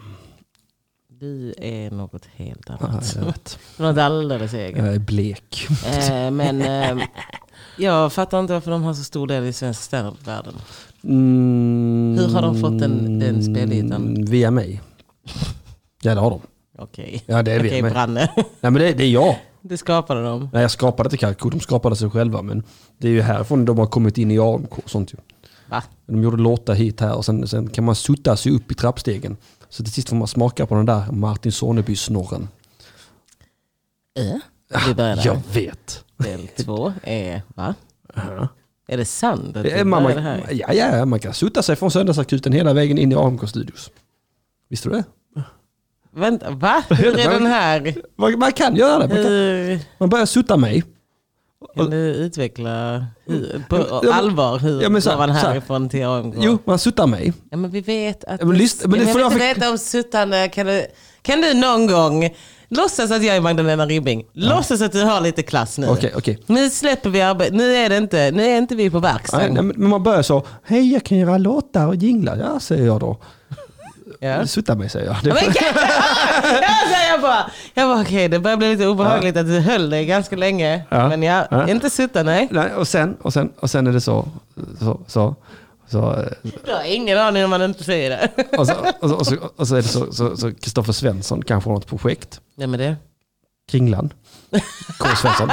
Du är något helt annat. Ja, jag vet. Något alldeles eget. Jag är blek. Eh, men eh, jag fattar inte varför de har så stor del i svensk standardvärlden. Mm, Hur har de fått den, den spelhiten? Via mig. Ja, det har de. Okej, ja, det är Okej via Branne. Nej, men det, det är jag. Det skapade de. Nej, jag skapade inte Kalko, de skapade sig själva. Men det är ju härifrån de har kommit in i A M K och sånt ju. Va? De gjorde låtar hit här och sen, sen kan man sutta sig upp i trappstegen. Så till sist får man smaka på den där Martin Soneby-snorren. Äh? Vi börjar där. Jag vet. Del två är, va? Uh-huh. Är det sant? Att det man, man, ja, ja, man kan sutta sig från söndagsakuten hela vägen in i A M K-studios. Visste du det? Vänta, va? Hur är den här? Man, man kan göra det. Man, hur... kan, man börjar sutta mig. Kan du utveckla hur, på ja, allvar hur ja, men så, man så, härifrån till A M K? Jo, man suttar mig. Ja, men vi vet att... Ja, men lyst, men jag det vill får inte jag veta om suttande. Kan du, kan du någon gång låtsas att jag är Magdalena Ribbing? Låtsas att du har lite klass nu. Okej, okej. Nu släpper vi arbete. Nu är det inte, nu är inte vi på verkstaden. Nej, men man börjar så, hej jag kan göra låtar och jinglar. Ja, säger jag då. Ja. Sutta mig, säger jag. Det men, jag säger bara, jag bara okej, okay, det börjar bli lite obehagligt ja. Att du höll dig ganska länge. Ja. Men jag ja. Inte sutta, nej. nej och, sen, och, sen, och sen är det så, så, så, så du har ingen aning om man inte säger det. Och så, och så, och så, och så är det så, så, så Kristoffer Svensson kanske har något projekt. Vem är det? Kringland. K. Svensson.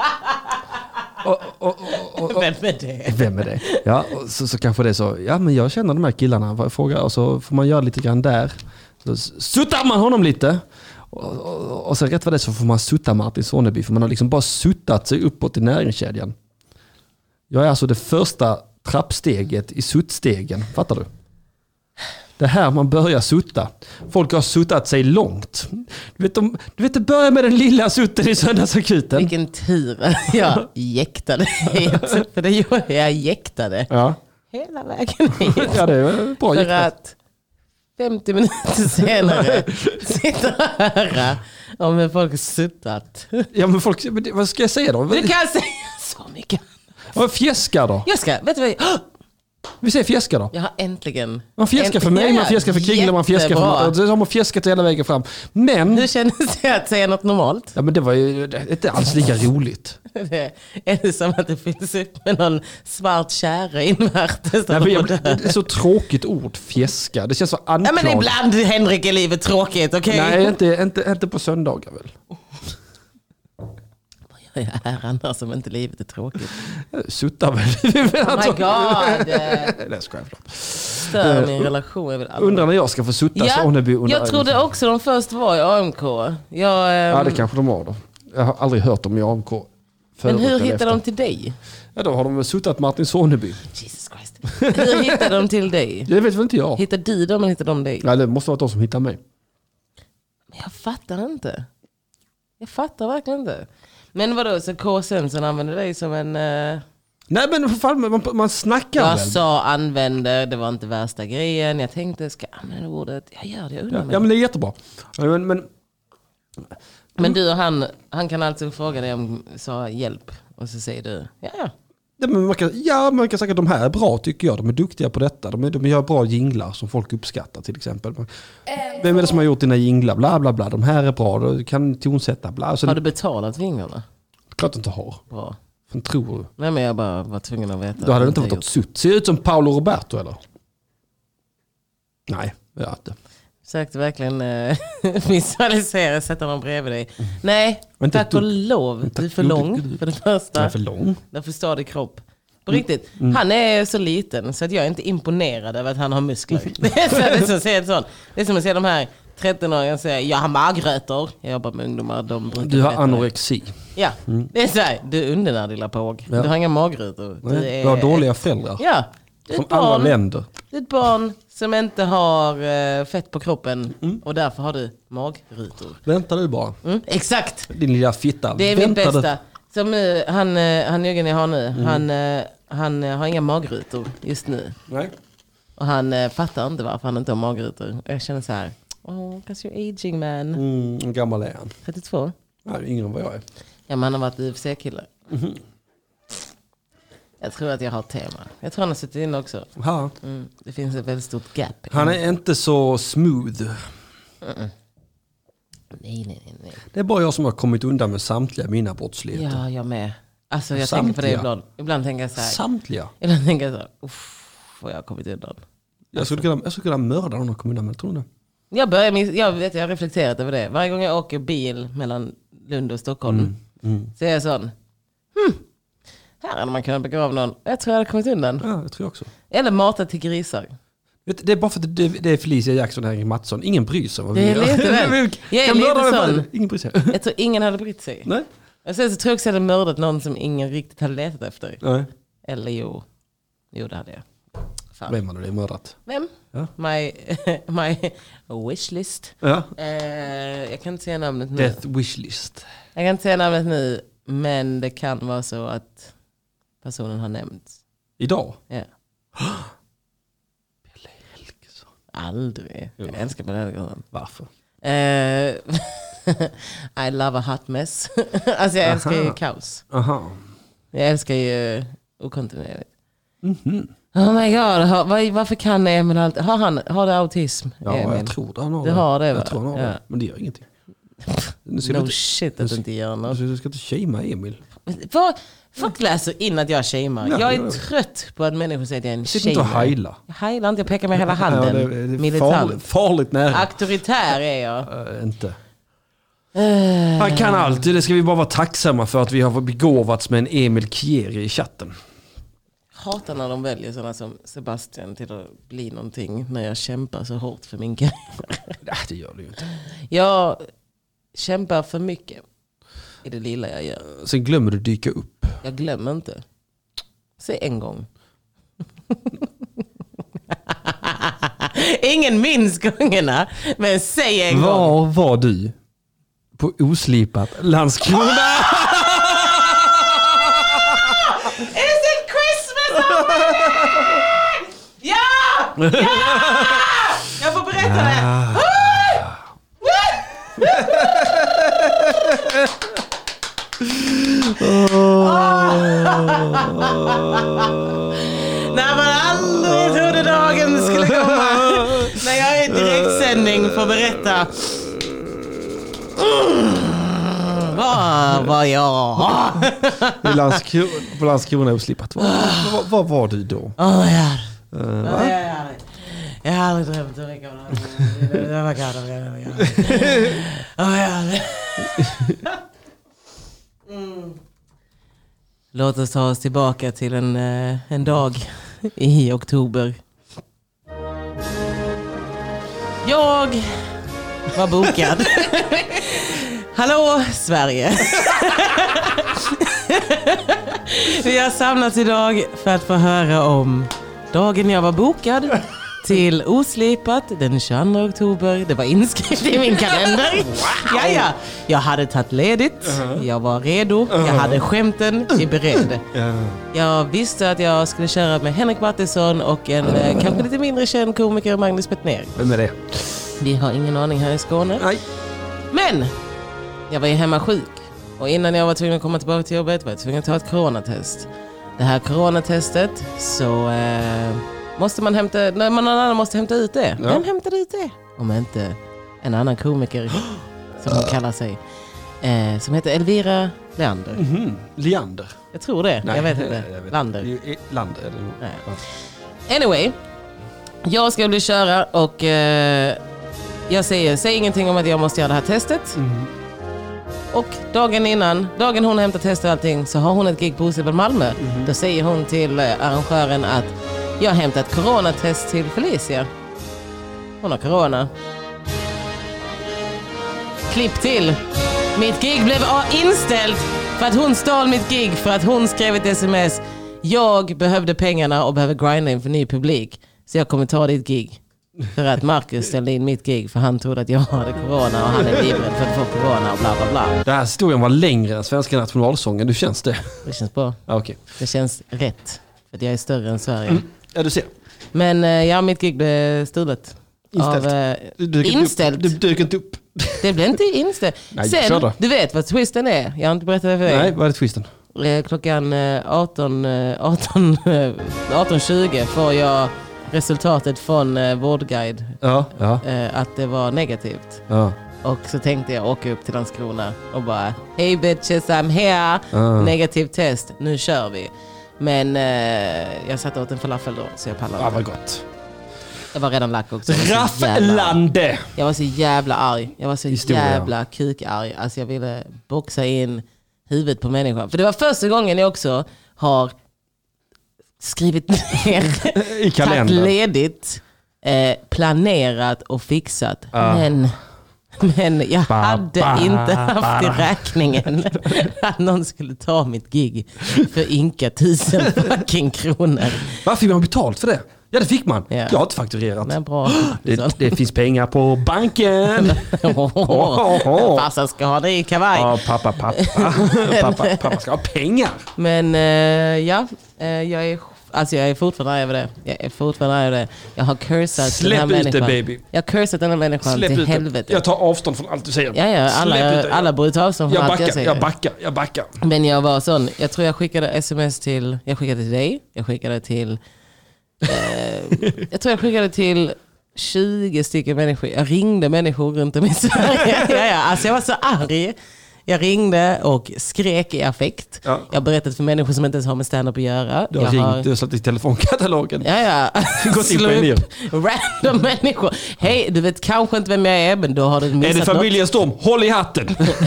Och, och, och, och, vem är det? Vem är det? Ja, och så, så kanske det är så, ja men jag känner de här killarna, frågar, och så får man göra lite grann där. Så suttar man honom lite. Och, och, och så rätt vad det så får man sutta Martin Soneby, för man har liksom bara suttat sig uppåt i näringskedjan. Jag är alltså det första trappsteget i suttstegen, fattar du? Det här man börjar sutta. Folk har suttat sig långt. Du vet, de, du vet det börjar med den lilla sutten i söndagsakuten. Vilken tur jag jäktade hit. För det gjorde jag jäktade. Ja. Hela vägen hit. Ja, det är bra för jäktat. Att femtio minuter senare sitter och höra om hur folk har suttat. Ja, men folk, vad ska jag säga då? Du kan säga så mycket. Vad fjäskar då? Jag ska, vet du vad jag... Vi säger fjäska då. Jag har äntligen... Man fjäskar för mig, man fjäskar för Kringla, man fjäskar för mig. Så har man fjäskat hela vägen fram. Men... Hur kändes det att säga något normalt? Ja, men det var ju inte alls lika roligt. Det, är det som att det fylls upp med någon svart kära invärtes? Nej, men jag, det är så tråkigt ord, fjäska. Det känns så anklagande. Ja, men ibland, Henrik, är livet tråkigt, okej? Okay? Nej, inte, inte, inte på söndagar väl. Jag är här annars som inte livet är tråkigt. Suttar väl. Oh my god. Det är skojflott. Stör min relation. Jag vill undrar när jag ska få sutta ja, Soneby under... Jag trodde också de först var i A M K. Jag, ähm... Ja, det kanske de var då. Jag har aldrig hört dem i A M K. Men hur hittade de till dig? Ja, då har de väl suttat Martin Soneby. Jesus Christ. Hur hittade de till dig? Det vet väl inte jag. Hittade du dem eller hittade de dig? Nej, det måste vara de som hittar mig. Men jag fattar inte. Jag fattar verkligen inte. Men vadå, så K. Svensson använder dig som en... Uh... Nej, men för fan, man, man snackar jag väl. Jag sa använder, det var inte värsta grejen. Jag tänkte, ska jag använda ordet? Jag gör det, jag undrar ja, mig. Ja, men det är jättebra. Men, men... men du och han, han kan alltså fråga dig om så hjälp. Och så säger du, ja ja. Ja, men man kan, ja, man kan säga att de här är bra tycker jag. De är duktiga på detta. De, är, de gör bra jinglar som folk uppskattar till exempel. Vem är det som har gjort dina jinglar? Bla bla bla. De här är bra. Du kan tonsätta bla. Sen, har du betalat jinglarna? Klart du inte har. Bra. Vad tror du? Nej, men jag bara var tvungen att veta. Du hade inte fått ett sutt. Ser ut som Paolo Roberto eller? Nej, jag har inte. Försökte verkligen äh, visualisera, sätta någon bredvid dig. Mm. Nej, inte tack och lov. Du är för lång för det första. Jag är för lång. Du har för stadig kropp. På riktigt, mm. han är så liten så att jag är inte imponerad över att han har muskler. Det är, så, det är, så, det är, sån. Det är som att se de här tretton-åringarna säga, jag har magrötter. Jag jobbar med ungdomar, de brukar du har anorexi. Ja, mm. det är så här, du är undernärd lilla påg. Ja. Du har inga magrötter. Du, är, du har dåliga föräldrar. Ja. Från alla länder. Du är ett barn som inte har uh, fett på kroppen mm. och därför har du magrutor. Väntar du bara. Mm. Exakt. Din lilla fitta. Det är Väntar min bästa. du? Som uh, han, uh, han Jörgen jag har nu, mm. han, uh, han uh, har inga magrutor just nu. Nej. Och han uh, fattar inte varför han inte har magrutor. Och jag känner så här, oh, because you're aging man. Mm, gammal är han. trettiotvå. Nej, ingen än vad jag är. Ja, men han har varit U F C-kille. Mm. Jag tror att jag har ett tema. Jag tror han har suttit in också. Mm, det finns ett väldigt stort gap. Han är inte så smooth. Mm-mm. Nej, nej, nej. Det är bara jag som har kommit undan med samtliga mina brottsligheter. Ja, jag med. Alltså jag samtliga. tänker på det ibland. Ibland tänker jag så här. Samtliga? Ibland tänker jag så här. Uff, vad jag har kommit undan. Jag skulle kunna, jag skulle kunna mörda någon och komma undan med, tror du? Jag, börjar, jag vet, jag har reflekterat över det. Varje gång jag åker bil mellan Lund och Stockholm mm, mm. så är jag sån. Hmm. Här hade man kunnat begrava någon. Jag tror jag hade kommit undan. Ja, jag tror också. Eller matat till grisar. Det är bara för att det, det är Felicia Jackson och Henrik Mattsson. Ingen bryr sig. Vad det är lite den. Jag är lite sån. Ingen bryr sig. Jag tror ingen hade brytt sig. Nej. Och sen så tror jag också att jag hade mördat någon som ingen riktigt hade letat efter. Nej. Eller jo. Jo, det hade jag. Fan. Vem hade det mördat? Vem? Ja. My, my wishlist. Ja. Eh, jag kan inte säga namnet nu. Death wishlist. Jag kan inte säga namnet nu. Men det kan vara så att personen har nämnts. Idag? Ja. Pelle Helgesson. Aldrig. Jo. Jag älskar Pelle Helgesson. Varför? Uh, I love a hot mess. Alltså jag älskar Aha. ju kaos. Aha. Jag älskar ju okontinuerligt. Mm-hmm. Oh my god, har, var, varför kan Emil allt? Har han har det autism? Ja, Emil? jag tror det han har det. det. Har det, va? Jag tror han har ja. det. Men det gör ingenting. No inte, shit att du inte gör något. Du ska inte shamea Emil. Vad? Folk läser in att jag shamear. Ja, jag är ja. trött på att människor säger att jag är en Sitt inte och shamer. heila. Jag heilar inte, jag pekar med hela handen. Ja, det, det är militant. farligt, farligt nära. Auktoritär är jag. Uh, inte. Uh. Han kan allt. Det ska vi bara vara tacksamma för att vi har begåvats med en Emil Kieri i chatten. Hatar när de väljer sådana som Sebastian till att bli någonting när jag kämpar så hårt för min karriär. Nej, det gör du ju inte. Jag kämpar för mycket i det lilla jag gör. Sen glömmer du dyka upp. Jag glömmer inte. Säg en gång. Ingen minns gångerna, men säg en var gång. Var var du på oslipat Landskrona? Is it Christmas already? Ja! Ja! Jag får berätta det. När man aldrig trodde dagen skulle komma. När jag är i direktsändning får berätta. Mm, vad var jag? I Landskrona, på Landskrona oslipat. Var, var, var var du då? Åh oh, ja. Uh, ja, ja, ja. Jag har aldrig drömt att räcka det. Det var klart. Åh ja. Mm. Låt oss ta oss tillbaka till en, en dag i oktober. Jag var bokad. Hallå Sverige. Vi har samlats idag för att få höra om dagen jag var bokad till Oslipat den tjugoandra oktober. Det var inskrivet i min kalender. Wow. Ja, ja. Jag hade tagit ledigt. Uh-huh. Jag var redo. Uh-huh. Jag hade skämten i beredd. Uh-huh. Jag visste att jag skulle köra med Henrik Mattisson och en uh-huh. kanske lite mindre känd komiker, Magnus Bettner. Vem är det? Vi har ingen aning här i Skåne. Nej. Men jag var ju hemma sjuk. Och innan jag var tvungen att komma tillbaka till jobbet var jag tvungen att ta ett coronatest. Det här coronatestet så... Uh, måste man hämta, när man någon annan måste hämta ut det. Ja. Vem hämtar ut det? Om inte en annan komiker som hon kallar sig. Eh, som heter Elvira Leander. Mm-hmm. Leander. Jag tror det. Nej, jag vet inte. Jag vet. Lander. Lander. Eller... Nej. Anyway. Jag ska bli köra och eh, jag säger, säg ingenting om att jag måste göra det här testet. Mm. Och dagen innan, dagen hon hämtar testet och allting, så har hon ett gig på Osibel Malmö. Mm. Då säger hon till eh, arrangören att jag har hämtat coronatest till Felicia. Hon har corona. Klipp till. Mitt gig blev inställt för att hon stal mitt gig för att hon skrev ett sms. Jag behövde pengarna och behöver grinda in för ny publik. Så jag kommer ta ditt gig. För att Marcus ställde in mitt gig för han trodde att jag hade corona och han är livrädd för att få corona och bla bla bla. Den här historien var längre än svenska nationalsången. Hur känns det? Det känns bra. Ja, okay. Det känns rätt. För att jag är större än Sverige. Mm. Ja, du ser. Men ja, mitt gig blev stulet. Inställt. Av, eh, du dök inställt. Du dök inte upp. Det blev inte inställt. Nej, sen, du vet vad twisten är. Jag har inte berättat det för dig. Nej, vad är twisten? Klockan arton, arton, arton tjugo får jag resultatet från eh, Vårdguide. Ja, ja. Eh, att det var negativt. Ja. Och så tänkte jag åka upp till Landskrona och bara hey bitches, I'm here. Ja. Negativ test, nu kör vi. Men eh, jag satt åt en falafel då, så jag pallade. Ja, vad gott. Jag var redan lack också. Rafflande! Jag var så jävla arg. Jag var så Historia. jävla kukarg. Alltså jag ville boxa in huvudet på människan. För det var första gången jag också har skrivit ner i kalendern. Tagit ledigt, eh, planerat och fixat. Ah. Men, men jag ba, hade ba, inte haft ba. i räkningen att någon skulle ta mitt gig för inka tusen fucking kronor. Varför fick man betalt för det? Ja, det fick man. Ja. Jag har inte fakturerat. Men bra. Det, det finns pengar på banken. Farsan ska ha det i kavaj. Ja, pappa, pappa. pappa, pappa ska ha pengar. Men eh, ja, eh, jag är alltså jag är fortfarande arg över det. Jag är fortfarande arg över det. Jag har cursat Släpp den här ut människan. det, baby. Jag har cursat den här människan Släpp till ut helvete. det. Jag tar avstånd från allt du säger. Ja, ja, alla, Släpp ut det. alla borde ta avstånd från jag allt backar, jag säger. jag backar, jag backar. Men jag var sån, jag tror jag skickade sms till, jag skickade till dig, jag skickade till, eh, jag tror jag skickade till tjugo stycken människor. Jag ringde människor runt om i Sverige. ja, ja, alltså jag var så arg. Jag ringde och skrek i affekt. Ja. Jag berättade för människor som inte ens har med stand-up att göra. Du har jag ringt, har... du har satt i telefonkatalogen. Ja, ja. Gått in på Slå en upp random människor. Hej, du vet kanske inte vem jag är, men då har du missat Är det familjen Storm? Håll i hatten.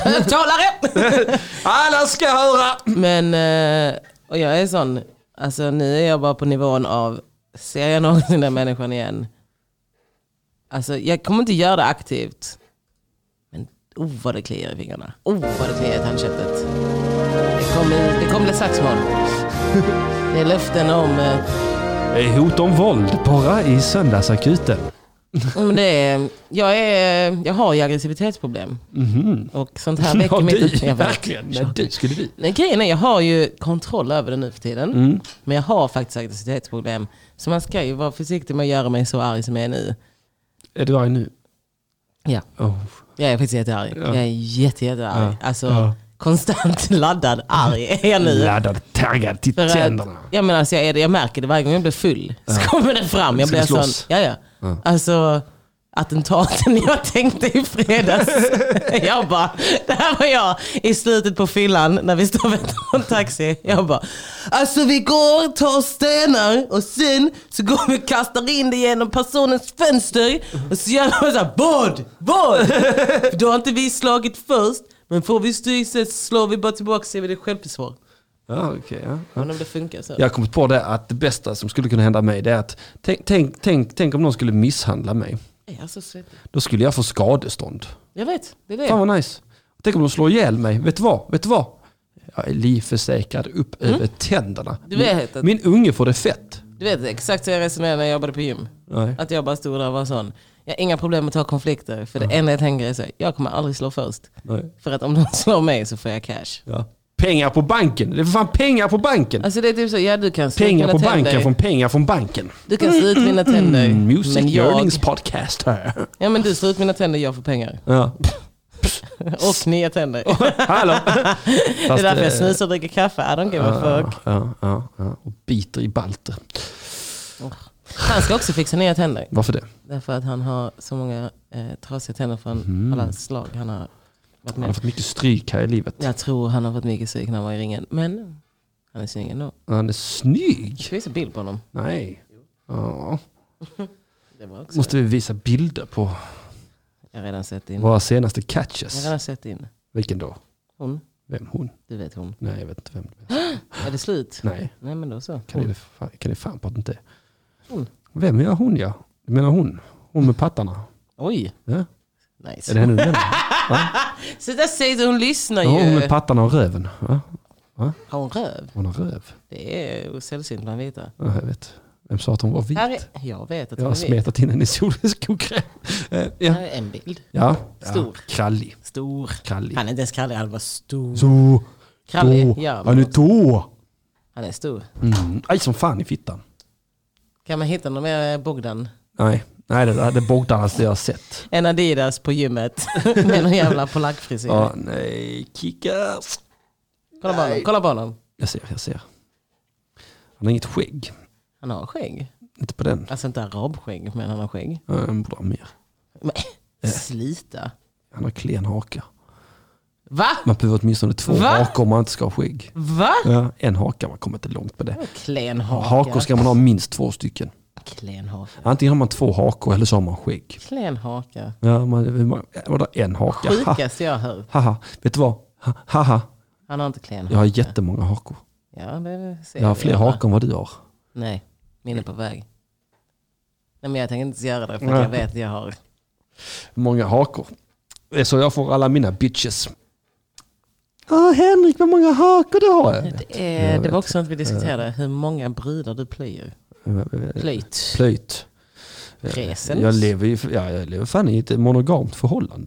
Talare! Alla ska höra. Men, eh, och jag är sån, alltså nu är jag bara på nivån av, ser jag någonsin den människan igen? Alltså jag kommer inte göra det aktivt. Men oh vad det kliar i fingrarna. Oh vad det kliar i tandköttet. Det kommer, det kommer bli slagsmål. Det är löften om... Eh, Det är hot om våld bara i söndagsakuten. men det är, jag, är, jag har ju aggressivitetsproblem. Mm-hmm. Och sånt här väcker Ja, mitt... du, verkligen. Men du, skulle vi. Nej, grejen är, jag har ju kontroll över det nu för tiden. Mm. Men jag har faktiskt aggressivitetsproblem. Så man ska ju vara försiktig med att göra mig så arg som jag är nu. Är du arg nu? Ja, Oh. jag är faktiskt jättearg. Ja. Jag är jätte, jättearg. Ja. Alltså, Ja. konstant laddad arg är jag nu. Laddad, taggad till För att, tänderna. jag, menar, alltså, jag, är det, jag märker det varje gång jag blir full. Så kommer det fram. Jag Ska blir vi sån, slåss? ja, ja. Ja. Alltså, attentaten jag tänkte i fredags. Jag bara, det här var jag i slutet på fyllan när vi står vid en taxi. Jag bara, alltså vi går och tar stenar och sen så går vi och kastar in det genom personens fönster och så gör man så här, vård, vård. För då har inte vi slagit först, men får vi stryk så slår vi bara tillbaka så är det självförsvar. Ja, okay, ja. Men om det funkar så. Jag har kommit på det att det bästa som skulle kunna hända mig det är att tänk, tänk, tänk, tänk om någon skulle misshandla mig. Jag är så svettig. Då skulle jag få skadestånd. Jag vet, det är det. Fan vad nice. Tänk om de slår ihjäl mig. Vet du vad? Vet du vad? Jag är livförsäkrad upp Mm. över tänderna. Du vet min, att- min unge får det fett. Du vet exakt så jag resonerade när jag jobbade på gym. Nej. Att jag bara stod där och var sån. Jag har inga problem med att ta konflikter. För det enda jag tänker är så, jag kommer aldrig slå först. Nej. För att om någon slår mig så får jag cash. Ja. Pengar på banken. Det är för fan pengar på banken. Alltså det är typ så, ja du kan slå ut Pengar mina på tänder. banken från pengar från banken. Du kan slå ut mina tänder. Mm, Music men Yearnings jag... podcast här. Ja men du slår ut mina tänder, jag får pengar. Ja. Och nya tänder. Hallå. Det är därför jag snusar och dricker kaffe. I don't give a fuck. Ja, ja, ja. Och biter i balter. Han ska också fixa nya tänder. Varför det? Därför att han har så många eh, trasiga tänder från Mm. alla slag han har Han har fått mycket stryk här i livet. Jag tror han har fått mycket stryk när han var i ringen. Men han är snygg ändå. Han är snygg. Ska vi visa bild på honom? Nej. Ja. Det var också. Måste vi visa bilder på Jag har redan sett in. våra senaste Jag har catches. redan sett in. Vilken då? Hon. Vem? Hon? Du vet hon. Nej, jag vet inte vem det är. Är det slut? Nej. Nej, men då så. Kan ni fan, kan ni fan på att det inte är? Hon. Vem är hon, ja? Du menar hon? Hon med pattarna? Oj. Ja. Nice. Är det henne du menar? Så där säger du, hon lyssnar ju. Ja, hon med pattarna och röven. Va? Har hon röv? Hon har röv. Det är sällsynt bland vita. Ja, jag vet. Vem sa att hon var vit? Här är, jag vet att Jag hon har är vit. smetat in henne i solskokräm. Eh, ja. Här är en bild. Ja. Stor. Ja. Krallig. Stor. Krallig. Han är inte ens krallig, han var stor. Så. Krallig, Då. ja. Han är då. Han är stor. Mm. Aj, som fan i fittan. Kan man hitta någon mer Bogdan? Nej. Nej, det där det är Bogdanas det jag har sett. En Adidas på gymmet med någon jävla polackfrisyr. Ja, nej. Kickers. Kolla på honom. Kolla på honom. Jag ser, jag ser. Han har inget skägg. Han har skägg. Inte på den. Alltså inte arabskägg, men han har skägg. Ja, han borde ha mer. Men, slita. Han har klen haka. Va? Man behöver åtminstone två Va? hakor om man inte ska ha skägg. Va? Ja, en haka, man kommer inte långt på det. Klen haka. Hakor ska man ha minst två stycken. Klen haka. Antingen har man två hakor eller så har man skägg. Klen haka. Ja, man, man, vadå, en haka. Sjukaste jag hör. Haha, vet du vad? Ha- Haha, Han har inte klen haka. jag har jättemånga hakor. Ja, det ser Jag har vi fler alla. hakor än vad du har. Nej, min är på väg. Nej, men jag tänker inte göra det för att Nej. jag vet att jag har. Många hakor. Det är så jag får alla mina bitches. Ja, Henrik, vad många hakor du har. Det, är, det var också något vi diskuterade. Hur många brudar du plöjer. Plöjt. Plöjt. Presens. Jag lever ju, ja, jag lever fan i ett monogamt förhållande.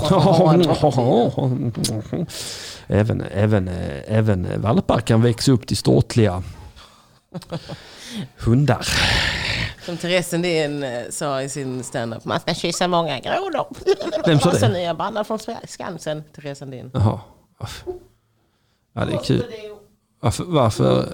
även, även, även valpar kan växa upp till ståtliga hundar. Som Therese Sandin sa i sin stand-up. Man ska kyssa många grodor. Vem sa Och så det? nya bandar från Skansen. Therese Sandin. Jaha. Ja, det är kul. Varför? varför?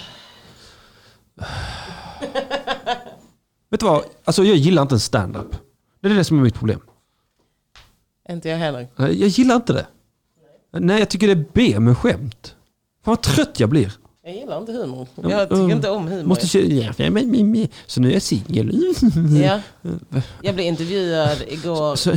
Vet du vad? Alltså jag gillar inte en stand-up. Det är det som är mitt problem. Inte jag heller. Jag gillar inte det. Nej, jag tycker det är B med skämt. Fan vad trött jag blir. Jag gillar inte humor. Jag tycker inte om humor. Måste köra. Så nu är jag singel. Ja. Jag blev intervjuad igår. Så-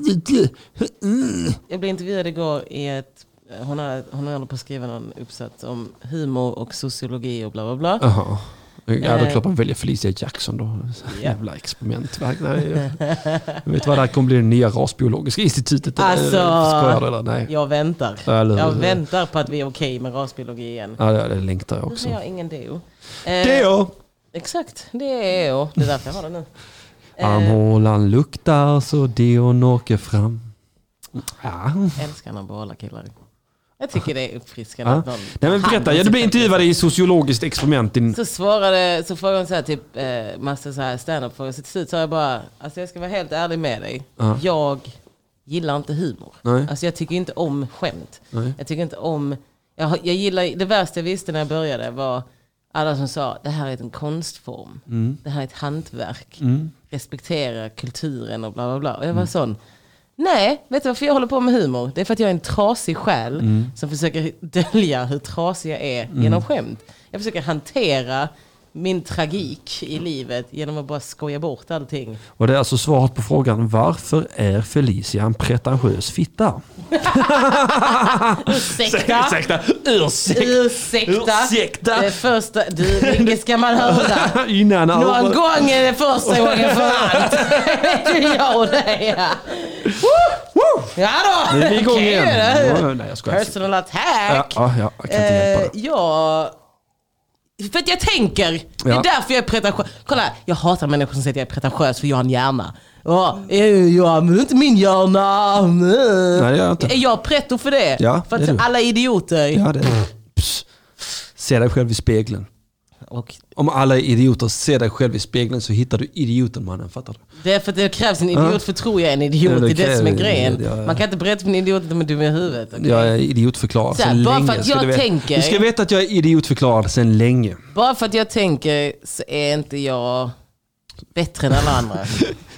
Jag blev intervjuad igår i ett... Hon har, hon håller på att skriva någon uppsats om humor och sociologi och bla bla bla. Jaha. Ja, då Eh. klart man väljer Felicia Jackson då. Ja. Jävla experimentverk. Jag vet vad det här kommer bli det nya rasbiologiska institutet. Alltså, Skojar du eller? Nej. Jag väntar. Eller- Jag väntar på att vi är okej med rasbiologi igen. Ja, det, det längtar jag Nu också. har jag ingen deo. Det är jag. Exakt, det är jag. Det är därför jag har det nu. Eh, Armhålan luktar så deon åker fram. Ja. älskar när båda killar. Jag tycker det är uppfriskande. Ja. Att någon Nej, men berätta, ja, du blev intervjuad i sociologiskt experiment. Din... Så svarade, så frågade hon så här, typ eh, massa så här stand-up-frågor. Så till slut sa jag bara, alltså jag ska vara helt ärlig med dig. Ja. Jag gillar inte humor. Nej. Alltså jag tycker inte om skämt. Nej. Jag tycker inte om, jag, har- jag gillar, det värsta jag visste när jag började var alla som sa, det här är en konstform. Mm. Det här är ett hantverk. Respektera kulturen och bla bla bla. Och jag var sån, nej, vet du varför jag håller på med humor? Det är för att jag är en trasig själ Mm. som försöker dölja hur trasig jag är genom skämt. Jag försöker hantera min tragik i livet genom att bara skoja bort allting. Och det är alltså svaret på frågan, varför är Felicia en pretentiös fitta? Ursäkta. Ursäkta. Ursäkta. Ursäkta. Ursäkta. Det första, du, vilket ska man höra? Innan Någon alla- gång är det första gången för allt. Du gör det, ja. Woo! Ja då. Nu är vi igång Okej, igen. det är det. Ja, nej, jag skojar. Personal Ja, attack. ja, ja, jag kan inte hjälpa Eh, det. ja, för att jag tänker, det är Ja. därför jag är pretentiös. Kolla, jag hatar människor som säger att jag är pretentiös för jag har en hjärna. Ja, eh, jag använder inte min hjärna. Nej, det gör jag inte. Är jag pretto för det? Ja, för det är att du. alla är idioter. Ja, det är. Pss. Se dig själv i spegeln. Och Om alla är idioter, se dig själv i spegeln så hittar du idioten, mannen. Fattar du? det är för att det krävs en idiot för tror jag är en idiot. Ja, det det är det som är kräver- grejen. ja, ja. Man kan inte berätta för en idiot att de är dumma i huvudet. okej? Jag är idiotförklarad Så här, sedan bara länge. för att Ska jag du, veta. tänker- du ska veta att jag är idiotförklarad sedan länge. Bara för att jag tänker så är inte jag bättre än alla andra.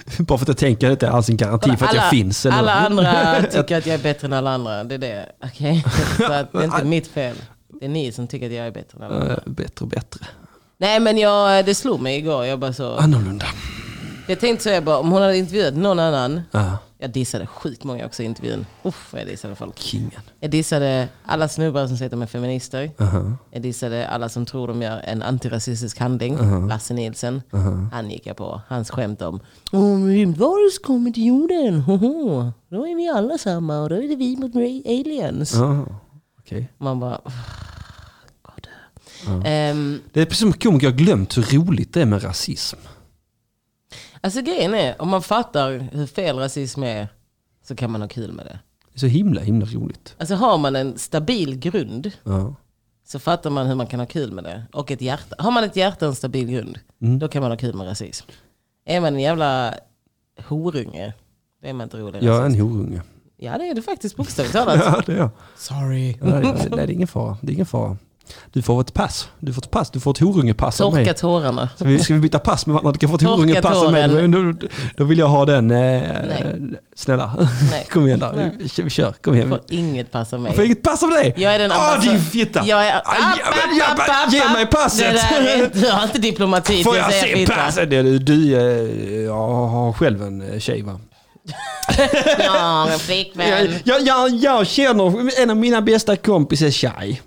Bara för att jag tänker att det är alls en garanti för att alla, jag finns. Eller? Alla andra tycker att jag är bättre än alla andra. Det är det. Okej. Okay. Så att det är inte mitt fel. Det är ni som tycker att jag är bättre än alla andra. Bättre och bättre. Nej, men jag, det slog mig igår. Jag bara så... Annorlunda. Jag tänkte så, jag bara, om hon hade intervjuat någon annan. Uh. Jag dissade sjukt många också i intervjun. Uff, vad jag dissade folk. Kingen. Jag dissade alla snubbar som säger att de är feminister. Uh-huh. Jag dissade alla som tror de gör en antirasistisk handling. Uh-huh. Lasse Nielsen. Uh-huh. Han gick jag på. Hans skämt om om rymdvarus kommer till jorden. Hoho. Då är vi alla samma. Och då är det vi mot aliens. Uh-huh. Okay. Man bara... God. Uh-huh. Um, det är precis som komiker har glömt hur roligt det är med rasism. Alltså grejen är, om man fattar hur fel rasism är så kan man ha kul med det. Det är så himla, himla roligt. Alltså har man en stabil grund uh-huh. så fattar man hur man kan ha kul med det. Och ett hjärta. Har man ett hjärta och en stabil grund, mm. då kan man ha kul med rasism. Är man en jävla horunge, då är man inte rolig. Jag är en horunge. Ja, det är du faktiskt bokstavligt talat. Ja, det är jag. Sorry. Nej, nej, det är ingen fara. Det är ingen fara. Du får ett pass. Du får ett pass. Du får ett horungepass av mig. Torka tårarna. Ska vi, ska vi byta pass med varandra? Du kan få ett horungepass av mig. Då, då vill jag ha den. Eh, snälla. Nej. Kom igen där. Vi, vi kör. Kom igen. Du får inget pass av mig. Du får inget pass av dig? Jag är den Åh, din fitta. Jag är... Ge mig passet. Du har inte diplomati. Får jag se passet? Du, du jag har själv en tjej, va? Ja, en flickvän. Jag, jag, jag, jag känner en av mina bästa kompisar tjej.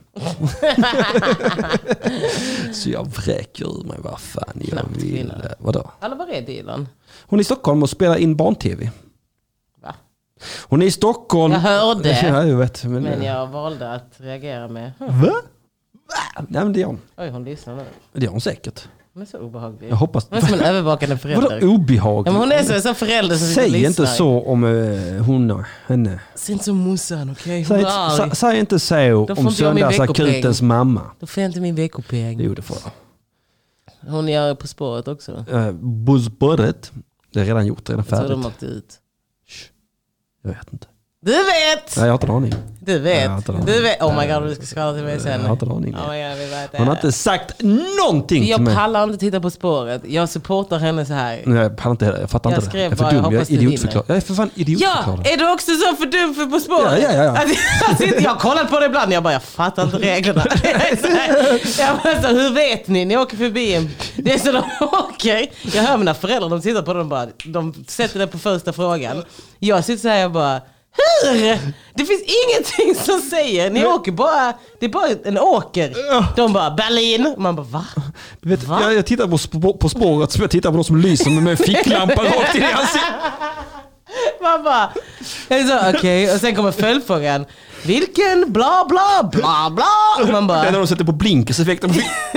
Så jag vräker ur mig, vad fan jag Knappt vill. kvinna. Vadå? Alla, var är Dilan? Hon är i Stockholm och spelar in barn-tv. Va? Hon är i Stockholm. Jag hörde. Ja, jag vet. Men, men jag valde att reagera med. Va? Va? Nej, men det är hon. Oj, hon lyssnar nu. Det är hon säkert. Hon är så obehaglig. Jag hoppas. Hon är som en övervakande förälder. Vadå obehaglig? Ja, men hon är så, så förälder som säg inte så om uh, hon och henne. Säg inte så morsan, okej? Okay? Säg, säg inte så om söndagsakutens mamma. Då får jag inte min veckopeng. Jo, det får jag. Hon gör På spåret också. Uh, på spåret. Det är redan gjort, redan färdigt. Så de åkte ut. Shh. Jag vet inte. Du vet! Nej, jag har inte en aning. Du vet. Jag inte du vet. Oh my god, du ska skala till mig sen. Jag har inte en aning. Oh my god, vi vet det. Hon har inte sagt någonting jag till mig. Jag pallar inte titta På spåret. Jag supportar henne så här. Nej, jag pallar inte heller. Jag fattar jag inte det. Jag är för för dum. dum. Jag, jag är idiotförklarad. Jag är för fan idiotförklarad. Ja, är du också så för dum för På spåret? Ja, ja, ja. ja. Alltså, jag har kollat på det ibland. Jag bara, jag fattar inte reglerna. Jag bara, så, hur vet ni? Ni åker förbi en... Det är så de åker. Jag hör mina föräldrar, de tittar på det och bara, de sätter det på första frågan. Jag sitter så här och bara... Hur? Det finns ingenting som säger. Ni åker bara... Det är bara en åker. De bara, Berlin. Man bara, va? Du vet, va? Jag, jag tittar på, sp- på spåret som jag tittar på de som lyser med en ficklampa rakt in i ansiktet. Man bara... Okej, okay. Och sen kommer följdfrågan. Vilken bla bla bla bla. Man bara... Det är när de sätter på blinkeseffekten.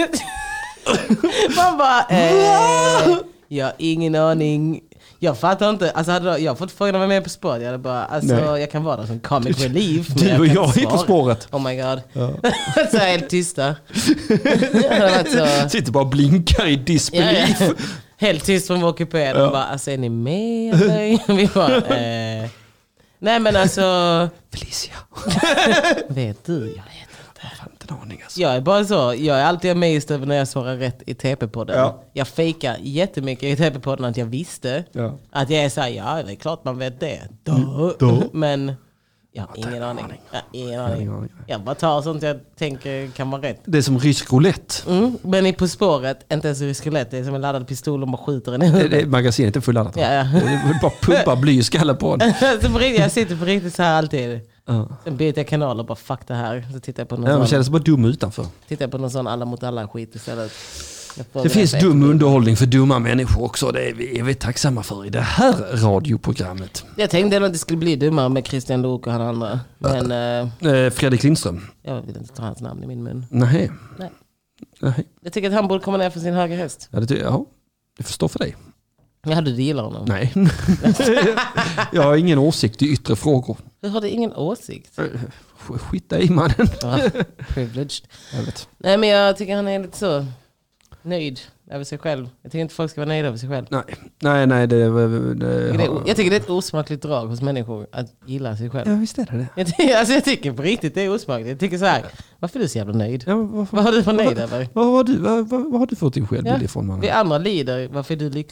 Man bara... Eh, jag har ingen aning... Jag fattar inte, alltså hade jag fått frågan om jag är med På spåret, jag hade bara, alltså Nej. jag kan vara där som comic relief. Du jag och jag är På spåret. Oh my god. Ja. Så jag är helt tysta. så... Sitter bara och blinkar i disbelief. Ja, ja. Helt tyst från vår kupé. Ja. Bara, alltså är ni med eller? Vi bara, eh... Nej men alltså... Felicia. Vet du, jag vet. Alltså. Jag är bara så, jag är alltid amazed över när jag svarar rätt i T P-podden. Ja. Jag fejkar jättemycket i T P-podden att jag visste. Ja. Att jag är så här, ja det är klart man vet det. Då. Då. Men jag har ingen aning. Jag har ingen aning. Jag bara tar sånt jag tänker kan vara rätt. Det är som rysk roulette. Mm, men i På spåret, inte ens rysk roulette. Det är som en laddad pistol och man skjuter den i huvudet. Det, det, magasinet är fulladdat. Ja, ja. Det är bara pumpa bly i skallen på den. Så på riktigt, jag sitter på riktigt så här alltid. Uh. Sen byter jag kanal och bara fuck det här. Så tittar jag på någon ja, man sån, känner sig bara dum utanför. Tittar jag på någon sån alla mot alla skit istället. Det finns dum underhållning för dumma människor också. Det är vi, är vi tacksamma för i det här radioprogrammet. Jag tänkte att det skulle bli dummare med Christian Lok och han andra. Men, uh, Fredrik Lindström. Jag vill inte ta hans namn i min mun. Nej. Nej. Nej. Jag tycker att han borde komma ner för sin höga häst. Ja, det tycker jag. Ja, det förstår för dig. Jag hade du gillar honom. Nej. Jag har ingen åsikt i yttre frågor. Du hade ingen åsikt? Skita i mannen. Ja, privileged. Jag vet. Nej, men jag tycker han är lite så nöjd över sig själv. Jag tycker inte folk ska vara nöjda över sig själv. Nej, nej, nej det, det, det, det Jag tycker det är ett osmakligt drag hos människor att gilla sig själv. Ja, visst är det det. Jag tycker, alltså jag tycker på riktigt det är osmakligt. Jag tycker så här, varför är du så jävla nöjd? Ja, varför, vad har du för nöjd över? Vad, vad, har du, vad, vad, vad har du fått din självbild ja, ifrån, mannen? Vi andra lider, varför är du lycklig?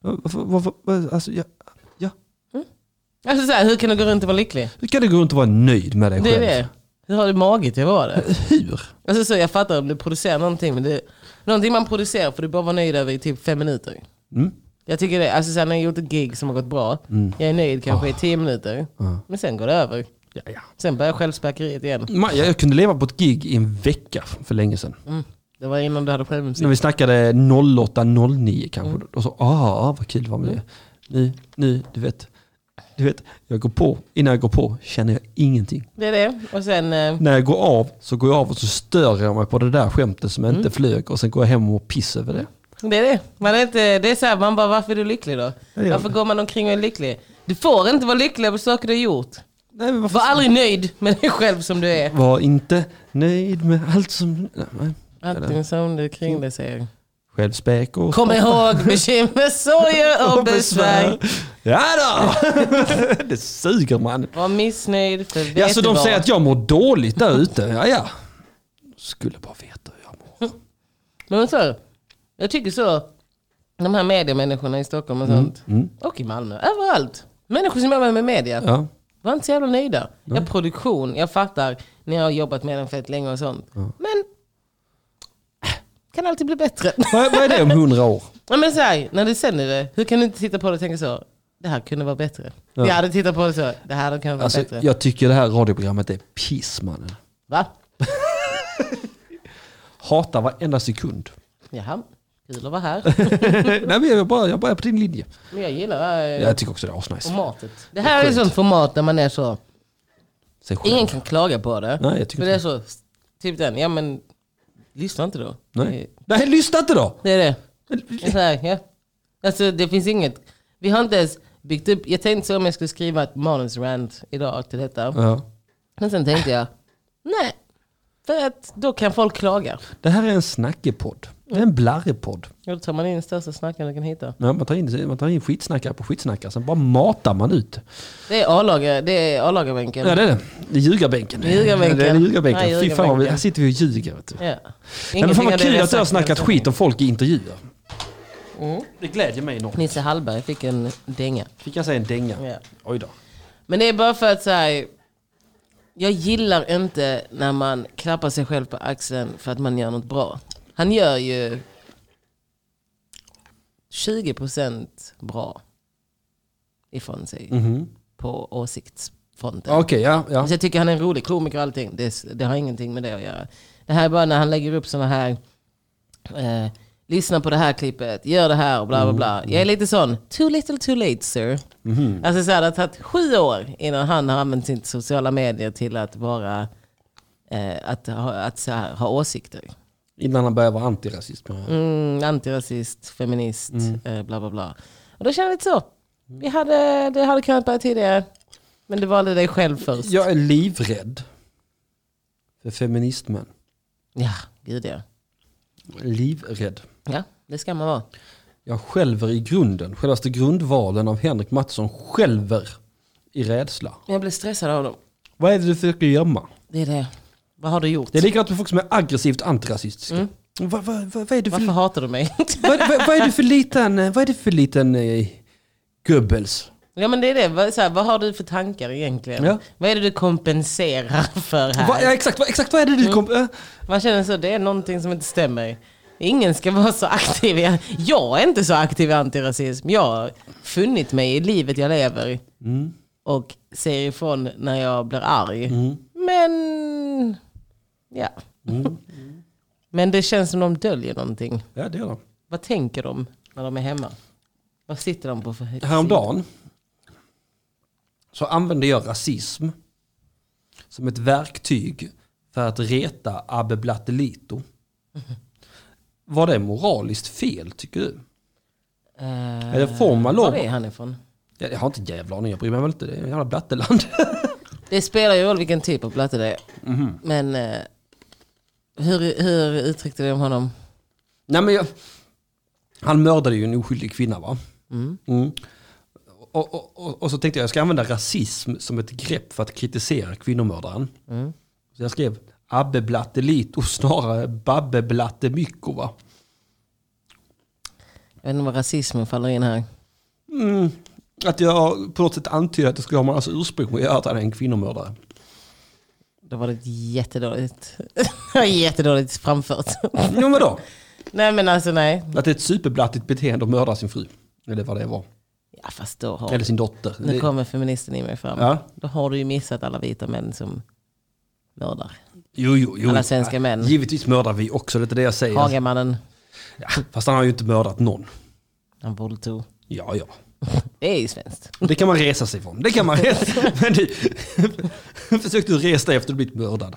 Varför, varför, alltså, ja, ja. Mm. Alltså så här, hur kan du gå runt och vara lycklig? Hur kan du gå runt och vara nöjd med dig det själv? Det är det. Hur har du mage till att vara det? Hur? Alltså så, jag fattar om du producerar någonting, men det, någonting man producerar får du bara vara nöjd över i typ fem minuter. Mm. Jag tycker det, alltså sen har jag gjort ett gig som har gått bra. Mm. Jag är nöjd kanske oh. i tio minuter. Oh. Men sen går det över. Ja, ja. Sen börjar självspäkeriet igen. Man, jag kunde leva på ett gig i en vecka för länge sedan. Mm. Det var innan du hade självmusik. När vi snackade noll åtta noll nio kanske. Mm. Och så, ah vad kul var med mm. det. Nu, nu, du vet. Du vet, jag går på. Innan jag går på känner jag ingenting. Det är det. Och sen... Eh... När jag går av så går jag av och så stör jag mig på det där skämtet som mm. inte flög. Och sen går jag hem och pissar över det. Det är det. Man är inte, det är så här, man bara, varför är du lycklig då? Varför går man omkring och är lycklig? Du får inte vara lycklig över saker du har gjort. Nej, men var aldrig nöjd med dig själv som du är. Var inte nöjd med allt som... Nej. Allting som du kring dig säger. Självspäk och... Kom ihåg bekymmer, sorger och besvär. Ja då! Det suger man. Var missnöjd för vet ja, så de vad. säger att jag mår dåligt där ute. Ja, ja. Skulle bara veta hur jag mår. Men så, jag tycker så. De här mediemänniskorna i Stockholm och sånt. Mm, mm. Och i Malmö. Överallt. Människor som jobbar med media. Ja. Var inte så jävla nöjda. Ja. Jag produktion, jag fattar. När jag har jobbat med den fett länge och sånt. Ja. Men kan alltid bli bättre. Vad, vad är det om hundra år? Ja, men så här, när du sänder det, hur kan du inte titta på det och tänka så? Det här kunde vara bättre. Ja. Jag hade tittat på det så. Det här kunde vara alltså, bättre. Jag tycker det här radioprogrammet är piss, mannen. Va? Hatar varenda sekund. Jaha, kul att vara här. Nej, men jag bara, jag bara är på din linje. Men jag gillar äh, jag tycker också det är asnice. Formatet. Det här det är, är sånt format där man är så... Ingen kan klaga på det. Nej, jag tycker för det är så... Typ den, ja men... Lyssna inte då. Nej, Nej lyssna inte då. Det är det. Det är så här, ja. Alltså det finns inget... Vi har inte ens byggt upp... Jag tänkte så om jag skulle skriva ett manusrand idag till detta. Ja. Men sen tänkte jag... Nej. För att då kan folk klaga. Det här är en snackepodd. Det är en blarrepodd. Ja, då tar man in den största snackaren du kan hitta. Ja, man tar in, man tar in skitsnackare på skitsnackare. Sen bara matar man ut. Det är A-lagar, det är A-lagarbänken. Ja, det är det. Det är ljugarbänken. Det är ljugarbänken. Det är ljugarbänken. Nej, Fy fan, här sitter vi och ljuger. Vet du. Ja. Men det fan vad kul att du har snackat skit om folk i intervjuer. Mm. Det glädjer mig enormt. Nisse Hallberg fick en dänga. Fick jag säga en dänga? Ja. Oj då. Men det är bara för att säga... Jag gillar inte när man klappar sig själv på axeln för att man gör något bra. Han gör ju tjugo procent bra ifrån sig mm-hmm. på åsiktsfronten. Okej, okay, ja, ja. Så jag tycker han är en rolig komiker och allting. Det, det har ingenting med det att göra. Det här är bara när han lägger upp såna här... Eh, lyssna på det här klippet, gör det här och bla bla bla. Mm. Jag är lite sån, too little too late sir. Mm. Alltså så här, det har tagit sju år innan han har använt sin sociala medier till att vara eh, att, ha, att så här, ha åsikter. Innan han började vara antirasist. Mm, antirasist, feminist, mm. eh, bla bla bla. Och då känner jag lite så. Vi hade, det hade kunnat börja tidigare. Men det valde dig själv först. Jag är livrädd för feministmän. Ja, gud ja. Livrädd. Ja, det ska man vara. Jag skälver i grunden. Självaste grundvalen av Henrik Mattisson skälver i rädsla. Jag blir stressad av dem. Vad är det du försöker gömma? Det är det. Vad har du gjort? Det är likadant med folk som är aggressivt antirasistiska. Mm. Vad, vad, vad, vad är det för... Varför hatar du mig? vad, vad, vad är det för liten... Vad är det för liten eh, Goebbels? Ja, men det är det. Vad, så här, vad har du för tankar egentligen? Ja. Vad är det du kompenserar för här? Va, ja, exakt, va, exakt vad är det du mm. kompenserar? Man känner så, det är någonting som inte stämmer. Ingen ska vara så aktiv. I, jag är inte så aktiv i antirasism. Jag har funnit mig i livet jag lever. Mm. Och ser ifrån när jag blir arg. Mm. Men... Ja. Mm. Men det känns som de döljer någonting. Ja, det gör de. Vad tänker de när de är hemma? Vad sitter de på för högt? Häromdagen så använde jag rasism som ett verktyg för att reta Abbe Blattelito. Mm. Var det moraliskt fel, tycker du? Uh, Eller får man lov? Var är han ifrån? Jag, jag har inte jävla aning, jag bryr mig väl inte. Det är en jävla blatteland. Det spelar ju roll vilken typ av blatte det är. Mm. Men uh, hur, hur uttryckte det om honom? Nej, men jag, han mördade ju en oskyldig kvinna, va? Mm. Mm. Och, och, och, och så tänkte jag, jag ska använda rasism som ett grepp för att kritisera kvinnomördaren. Mm. Så jag skrev Abbe Blattelito snarare Babbe Blatte Myko, va? Jag vet inte vad rasismen faller in här. Mm, att jag på något sätt antyder att det skulle ha man alltså ursprung i att han är en kvinnomördare. Då var det jättedåligt. jättedåligt framfört. Jo, men då? Nej, men alltså nej. Att det är ett superblattigt beteende att mörda sin fru. Eller vad det var. Ja, fast då har Eller sin dotter. Nu kommer feministen i mig fram. Ja. Då har du ju missat alla vita män som mördar. Jo, jo, jo. Alla svenska män. Givetvis mördar vi också, det är det jag säger. Hagamannen. Ja, fast han har ju inte mördat någon. Han våldtog. Ja, ja. Det är ju svenskt. Det kan man resa sig från. Det kan man resa. Men du, försökte du resa dig efter att du blivit mördad?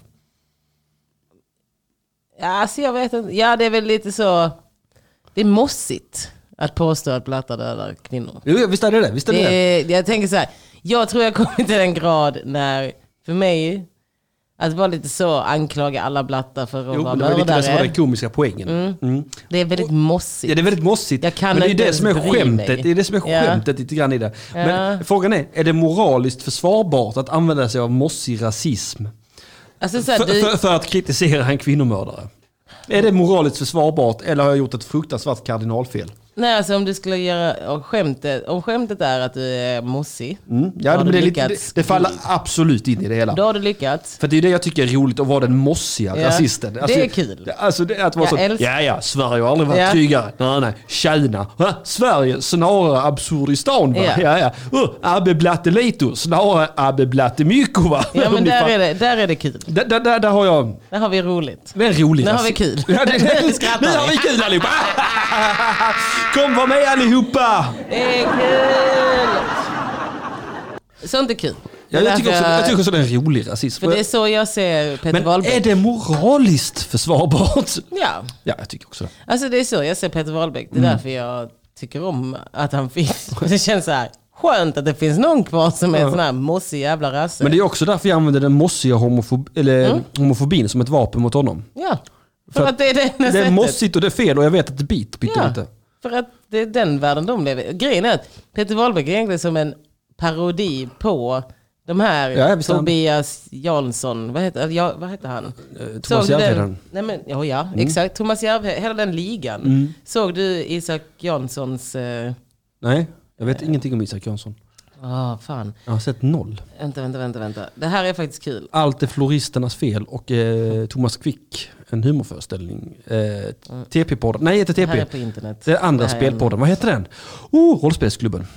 Ja, alltså jag vet inte. Ja, det är väl lite så... Det är mossigt att påstå att blattar dödar kvinnor. Jo, visst är det det. Visst är det, det, det. Jag tänker så här. Jag tror jag kommer till den grad när... För mig... Att vara lite så anklaga alla blattar för att Jo, vara men det var lite det som var mördare. den komiska poängen. Mm. Mm. Det är väldigt mossigt. Ja, det är väldigt mossigt. Jag kan men det är ju inte det som är ens bry skämtet. mig. Det är det som är Ja. skämtet lite grann i det. Men Ja. frågan är, är det moraliskt försvarbart att använda sig av mossig rasism Alltså, så här, för, du, för, för att kritisera en kvinnomördare? Är det moraliskt försvarbart eller har jag gjort ett fruktansvärt kardinalfel? nej, alltså om du skulle göra... Om skämtet, om skämtet är att du är mossig. Mm. Då Ja, har men du det, är lite, det, lyckats. det faller absolut in i det hela. Då har du lyckats. För det är det jag tycker är roligt att vara den mossiga Ja, rasisten. det är kul. det- Alltså det är att vara Jag så, älskar- ja ja, Sverige har aldrig varit Ja. tryggare. Nej nej, Kina. Ha, Sverige snarare Absurdistan va? Ja. Ja ja. Uh, Abbe Blatte Lito snarare Abbe Blatte Myko va? Ja, Om men ni där fa- är det, där är det kul. där, där, där, där har jag, Där har vi roligt. det är en rolig Nu har rasism. vi kul. Ja, det, det, Nu skrattar nu har vi. vi kul allihopa. Kom var med allihopa. Det är kul! Sånt är kul. Ja, jag, tycker också, jag tycker också det är en rolig rasism. För det är så jag ser Peter Men Wahlbeck. är det moraliskt försvarbart? Ja, Ja, jag tycker också det. alltså det är så jag ser Peter Wahlbeck. Det är Mm. därför jag tycker om att han finns. Det känns så här skönt att det finns någon kvar som är en sån här mossig jävla rasse. Men det är också därför jag använder den mossiga homofob- eller homofobin som ett vapen mot honom. Ja, för, För att det är det enda Det är sättet. mossigt och det är fel och jag vet att det biter, biter Ja. inte. För att det är den världen de lever i. Grejen är att Peter Wahlbeck är egentligen som en parodi på de här Ja, visst är han. Tobias Jansson. Vad heter, ja, vad heter han? Eh, Såg Thomas du den? Järvheden. Nej men, ja, ja Mm. exakt. Thomas Järvheden, hela den ligan. Såg du Isak Janssons... Eh, Nej, jag vet ingenting om Isak Jansson. ah, fan. Jag har sett noll. Vänta, vänta, vänta, vänta. Det här är faktiskt kul. Allt är floristernas fel och eh, Thomas Quick, en humorföreställning. Eh, T P-podden. Nej, inte Det här T är P. på internet. Det är andra Det här är en- spelpodden. Vad heter den? Oh, Rollspelsklubben.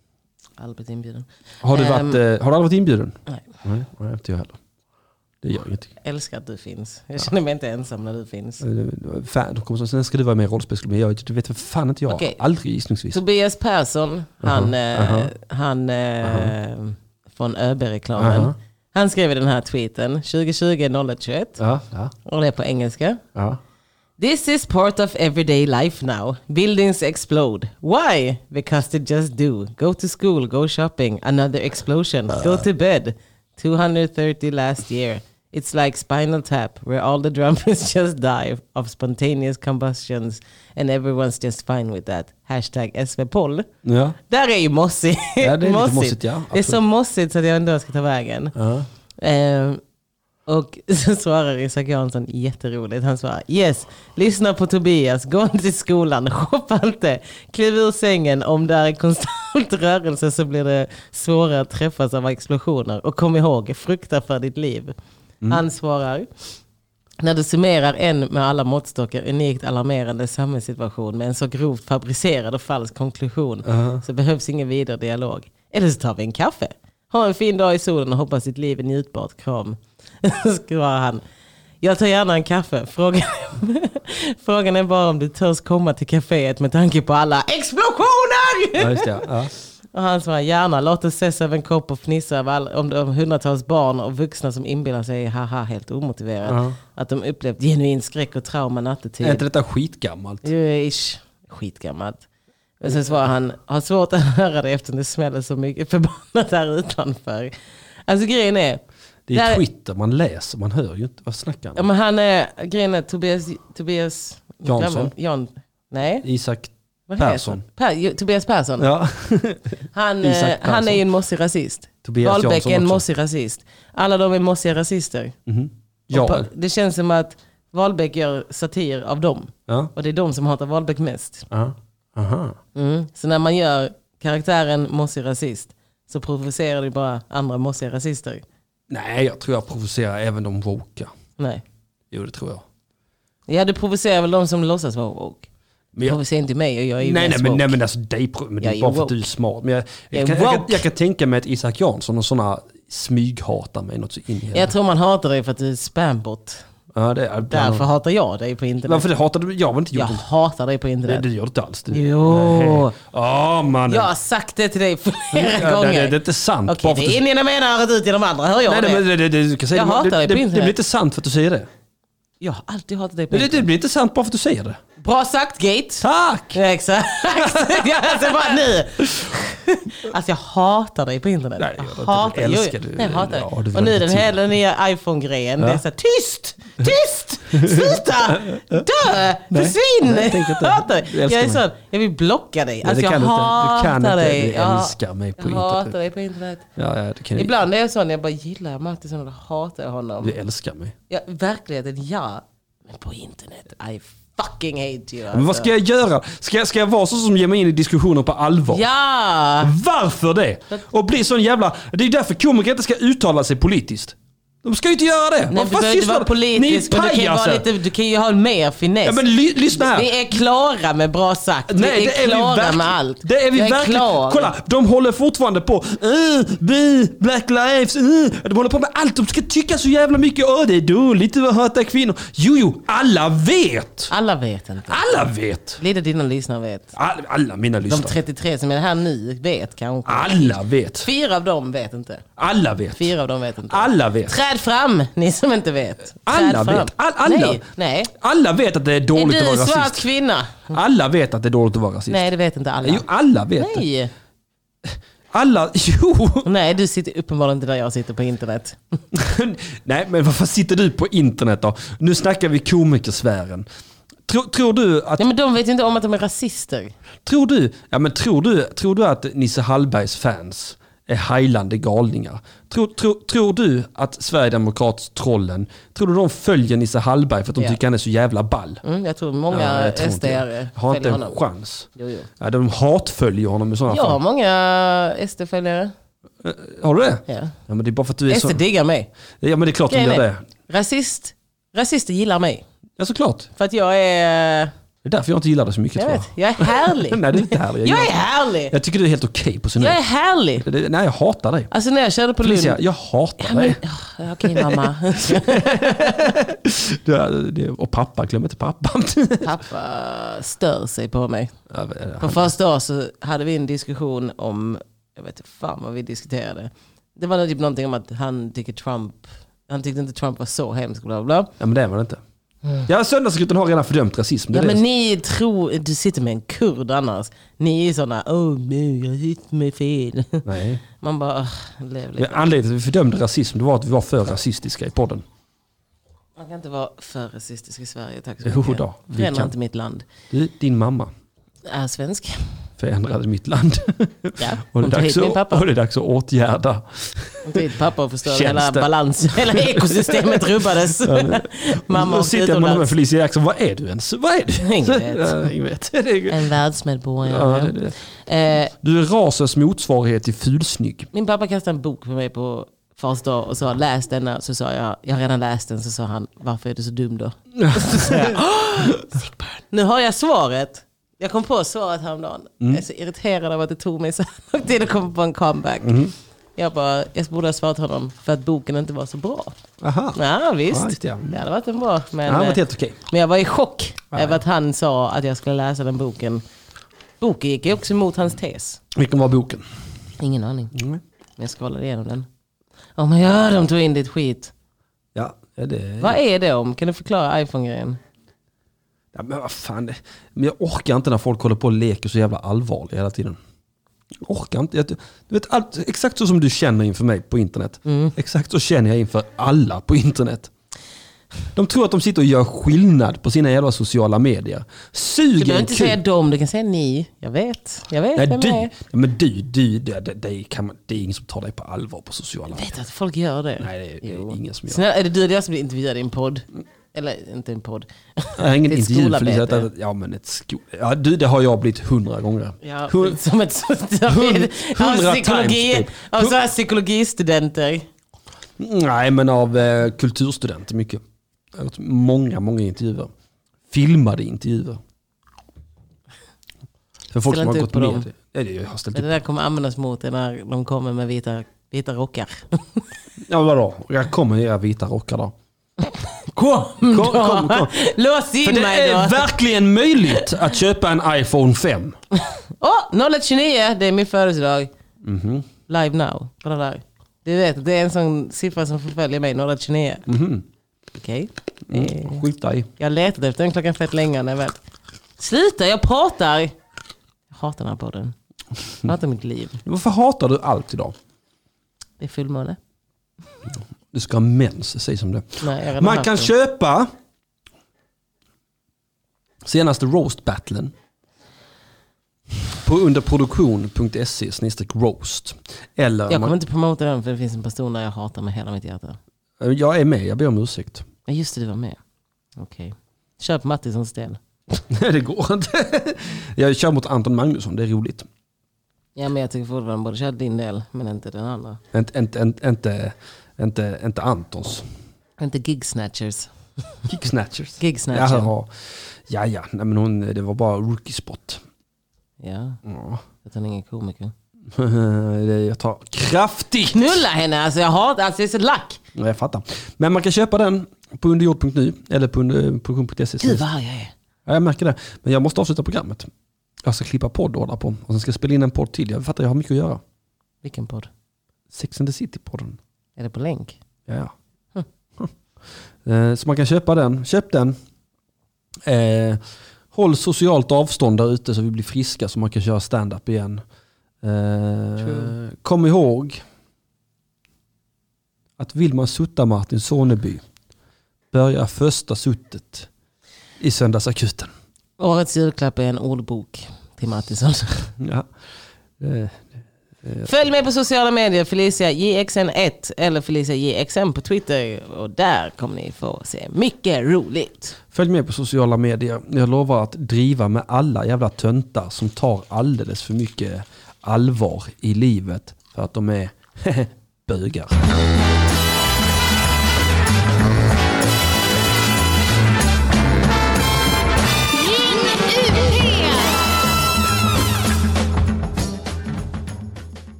Albert inbjuden. Har du, Ehm, varit, eh, har du aldrig varit inbjuden? Nej. Nej, nej, inte jag heller. Det gör ingenting. Älskar att du finns. Jag känner mig inte ensam när du finns. Eh, Fan, de kommer så, sen ska du vara med i Rollspelsklubben. Jag, det vet fan inte jag. Okej. Aldrig gissningsvis. Tobias Persson, han, Aha, eh, aha. han eh, från ÖB-reklamen. Aha. Han skrev i den här tweeten tjugo tjugo noll ett tjugoett Ja, ja, och det är på engelska. ja. This is part of everyday life now. Buildings explode. Why? Because they just do. Go to school, go shopping, another explosion. Go to bed. two hundred thirty last year. It's like Spinal Tap, where all the drummers just die of spontaneous combustions and everyone's just fine with that. Hashtag S V Poll. ja. Där är ju mossigt. Ja, det är lite mossigt, ja. Det är så mossigt så att jag ändå ska ta vägen. ja. Eh, och så svarar Isak Jansson jätteroligt. Han svarar: yes, lyssna på Tobias, gå inte till skolan, shoppa inte, kliv ur sängen. Om det är konstant rörelse så blir det svårare att träffas av explosioner. Och kom ihåg, frukta för ditt liv. Han svarar: när du summerar en med alla måttstockar unikt alarmerande samhällssituation med en så grovt fabricerad och falsk konklusion så behövs ingen vidare dialog. Eller så tar vi en kaffe. Ha en fin dag i solen och hoppas ditt liv är njutbart. Kram. Svarar han: jag tar gärna en kaffe. Frågan, Frågan är bara om du törs komma till kaféet med tanke på alla explosioner. Ja, just det. Ja. Och han svarar: gärna, låt oss ses över en kopp och fnissa av all, om de hundratals barn och vuxna som inbillar sig, haha, helt omotiverat, Ja. att de upplevt genuin skräck och trauma nattetid. Är inte detta skitgammalt? Jo, ish. Skitgammalt. Men sen svarar han: har svårt att höra det efter det smäller så mycket förbannat här utanför. Alltså grejen är, Det är där- Twitter, man läser, man hör ju inte. Vad snackar ja, han? men han är, grejen är Tobias, Tobias Jansson. Jan, nej. Isak Vad heter Persson. han? Per, jo, Tobias Persson. Ja. Han, Isak eh, han är Persson. ju en mossig rasist. Tobias Wahlbeck Jansson är en också. mossig rasist. Alla de är mossiga rasister. Mhm. Och Ja. pa- det känns som att Wahlbeck gör satir av dem. Ja. Och det är de som hatar Wahlbeck mest. Ja. Aha. Mm. Så när man gör karaktären mossig rasist så provocerar det bara andra mossiga rasister. Nej, jag tror jag provocerar även de woka. Nej. Jo, det tror jag. Ja, det provocerar väl de som låtsas vara woke. Men jag provocerar inte mig och jag är ju nej, nej, men, woke. nej, men alltså dig, men det är bara för att du är smart. Men jag, jag, jag, kan, jag, kan, jag kan tänka mig att Isak Jansson och sådana smyghatar mig något så in i Jag tror man hatar dig för att du är spambot. Ja, det är, Därför han, hatar jag dig på internet. Varför det hatar du? Jag har inte gjort Jag det. hatar dig på internet. Det, det gör du inte alls. Du. Jo. Ja, man. Jag har sagt det till dig flera ja, gånger. Det, det, det är inte sant. Okej, det är in genom ena örat ut genom andra. Hör jag nej, det? Nej, men det, det, du kan säga jag det, hatar det, dig på det, internet. det blir inte sant för att du säger det. Jag har alltid hatat dig på det, internet. Det blir inte sant bara för att du säger det. Bra sagt, Gate. Tack! Ja, exakt. Jag ser bara nu. Alltså jag hatar dig på internet. Nej, jag hatar dig. Älskar du. Nej, jag hatar ja, dig. Och nu den här den nya iPhone-grejen. Ja. Det är så här, tyst! Tyst! Sluta! Dö! Försvinn! Nej, jag hatar jag är sån, jag vill blocka dig. Alltså jag hatar du kan dig. Inte. Du älskar mig på jag internet. Jag hatar dig på internet. Ja, ja, det kan Ibland är jag sån, jag bara gillar Martin och då hatar jag honom. Du älskar mig. Ja, verkligheten, ja. Men på internet, I fucking hate you. Alltså. Men vad ska jag göra? Ska jag, ska jag vara så som ger mig in i diskussioner på allvar? Ja! Varför det? Och bli sån jävla... Det är därför komiker inte ska uttala sig politiskt. De ska ju inte göra det. Nej, du behöver inte vara politisk, men du kan, vara lite, du kan ju ha mer finess. Ja, men ly, lyssna här. Vi är klara med bra sagt. Vi Nej, är det är klara vi verkl- med allt. Det är vi Jag är verkligen. klar. Kolla, de håller fortfarande på. Uh, be, Black Lives. Uh. De håller på med allt. De ska tycka så jävla mycket. Åh, oh, det är dåligt att hata kvinnor. Jo, jo, alla vet. Alla vet inte. Alla vet. Lite dina lyssnare vet. Alla, alla mina lyssnare. De trettiotre som är här nu vet kanske. Alla vet. Fyra av dem vet inte. Alla vet. Fyra av dem vet inte. Alla vet. Träd fram, ni som inte vet. Träd Alla fram. vet. All, alla. Nej, nej. Alla vet att det är dåligt Är att du vara svart rasist. kvinna? Alla vet att det är dåligt att vara rasist. Nej, det vet inte alla. Jo, alla vet det. Nej. Alla, jo. Nej, du sitter uppenbarligen inte där jag sitter på internet. Nej, men varför sitter du på internet då? Nu snackar vi komikersfären. Tror, tror du att... Nej, men de vet ju inte om att de är rasister. Tror du, ja, men tror du, tror du att Nisse Hallbergs fans är heilande galningar? Tror, tror, tror du att Sverigedemokrat-trollen, tror du de följer Nisse Hallberg för att de Ja. tycker han är så jävla ball? Mm, jag tror många Ja, jag tror S inte D-are det. Har inte följer en honom. chans. Jo, jo. Ja, de hatföljer honom i sådana Jag har fall. många S D-följare. Har du det? Ja. Ja, men det är bara för att du är S D så... diggar mig. Ja, men det är klart de Grejen gör är, det. Rasist, rasister gillar mig. Ja, såklart. För att jag är... Det är därför jag inte gillar det så mycket, Jag tror vet, jag är härlig. Nej, du är inte härlig. Jag är härlig. Jag tycker du är helt okej på sin Jag är höjd. härlig. Det- Nej, jag hatar dig. Alltså när jag körde på Lund... Felicia, jag hatar Ja, men, dig. oh, okej mamma. Det- det- Och pappa, glöm inte pappa. Pappa stör sig på mig. Ja, men, På första år så hade vi en diskussion om, jag vet inte fan vad vi diskuterade. Det var typ någonting om att han tycker Trump, han tyckte inte Trump var så hemsk, bla bla. Ja, men det var det inte. Ja, söndagsgruppen har redan fördömt rasism. Det Ja är men det. ni tror, du sitter med en kurd annars. Ni är sådana, åh nej, rasism är fel. Nej. Man bara, oh, lev Men lite. anledningen till att vi fördömde rasism det var att vi var för rasistiska i podden. Man kan inte vara för rasistisk i Sverige, tack så Jo mycket. då, vi Förändra kan. inte mitt land. Du, din mamma Är svensk. förändrade mitt land. Ja, och, det hon är tog hit dags min att, pappa. och det är dags att åtgärda. Hon tog hit pappa och förstörde Känns hela det? balans, hela ekosystemet rubbades. Mamma Då och sitter jag med utomlands. Felicia Jackson. Vad är du ens? Vad är du? Ingen Så- vet. Ja, ingen vet. Det är- En Ja, världsmedborgare. det är det. Eh, Du är rasens motsvarighet till fulsnygg. min pappa kastade en bok på mig på fars dag och sa läs denna. Så sa jag, jag har redan läst den. Så sa han, varför är du så dum då? Så sa jag, sick burn. Nu har jag svaret. Jag kom på svaret häromdagen. Mm. Jag är så irriterad av att det tog mig så lång tid att komma på en comeback. Mm. Jag bara, jag borde ha svarat honom för att boken inte var så bra. Aha. Ja visst, Ja, just det, ja. det hade varit en bra. Men, Ja, det var eh, helt okej. men jag var i chock Ja, över ja. att han sa att jag skulle läsa den boken. Boken gick ju också emot hans tes. Vilken var boken? Ingen aning. Mm. Men jag scrollade igenom den. Oh my god, de tog in ditt skit. Ja, det... Vad är det om? Kan du förklara iPhone-grejen? Ja, men vad fan. det- Men jag orkar inte när folk håller på och leker så jävla allvarliga hela tiden. Jag orkar inte. Jag, du vet, allt, exakt så som du känner inför mig på internet. Mm. Exakt så känner jag inför alla på internet. De tror att de sitter och gör skillnad på sina jävla sociala medier. Du Suger behöver en inte kuk. säga dem, du kan säga ni. Jag vet. Jag vet Nej, vem du, jag är. ja, men du, du det, det, det, kan man, det är ingen som tar dig på allvar på sociala Jag medier. vet att folk gör det. Nej, det är, det Jo. är ingen som gör. Snälla, är det du och jag som blir intervjuad i en podd? Eller inte en podd. Jag har ingen ett intervju för skolarbete. det. Ja, men ett sko- ja, du, det har jag blivit hundra gånger. Ja, Hund- som ett Hund- av hundra psykologi, times, typ. av så här psykologistudenter. Nej, men av eh, kulturstudenter mycket. Jag har gjort många, många intervjuer. Filmade intervjuer. För folk Ställ som har inte gått upp på med. dem. Ja, det- jag har ställt Det upp. där kommer användas mot er när de kommer med vita, vita rockar. Ja, vadå? Jag kommer i era vita rockar då. Kom, Kom, då! kom, kom. Lås in För det mig då! är verkligen möjligt att köpa en iPhone fem. Åh, oh, noll ett tjugonio, det är min födelsedag. Mhm. Live now, kolla där. Du vet, det är en sån siffra som förföljer mig, noll ett tjugonio. Mhm. Okej. Mm. Skita i. Jag letade efter den klockan fett länge när jag vet. Sluta, jag pratar! Jag hatar den här podden. Jag hatar mitt liv. Varför hatar du allt idag? Det är fullmåne. Du ska ha mens, säg som det. Nej, jag har redan Man haft kan den. köpa senaste roast-battlen på underproduktion punkt se snedstreck roast. Eller Jag kommer man, inte promota den för det finns en person där jag hatar med hela mitt hjärta. jag är med, jag ber om ursäkt. Ja just det, du var med. Okej. Köp Mattissons del. Nej, det går inte. Jag kör mot Anton Magnusson, det är roligt. Ja men jag tycker fortfarande borde köra din del men inte den andra. Inte, inte, inte, inte, inte, inte Antons. Inte Gig Snatchers. Kicksnatchers. Gig Snatcher. Jaha. Ja, ja. Nej, men hon, det var bara rookie spot. Ja, Ja. jag tar ingen komiker. Jag tar kraftigt. Knulla henne, alltså jag hatar, alltså jag är så lack. Ja, jag fattar. Men man kan köpa den på underjord punkt nu eller på underproduktion punkt se. Gud vad arg jag är. Ja, jag märker det. Men jag måste avsluta programmet. Jag ska klippa poddordrar på. Och sen ska jag spela in en podd till. Jag fattar, jag har mycket att göra. Vilken podd? Sex and the City-podden. Är det på länk? Ja, ja. Eh, Så man kan köpa den. Köp den. Eh, håll socialt avstånd där ute så vi blir friska så man kan köra stand-up igen. Eh, kom ihåg att vill man sutta Martin Soneby börjar första suttet i Söndagsakuten. Årets julklapp är en ordbok till Mattisson. Ja. Eh, Följ med på sociala medier, Felicia J X N ett eller Felicia J X N på Twitter. Och där kommer ni få se mycket roligt. Följ med på sociala medier. Jag lovar att driva med alla jävla töntar som tar alldeles för mycket allvar i livet för att de är bögar.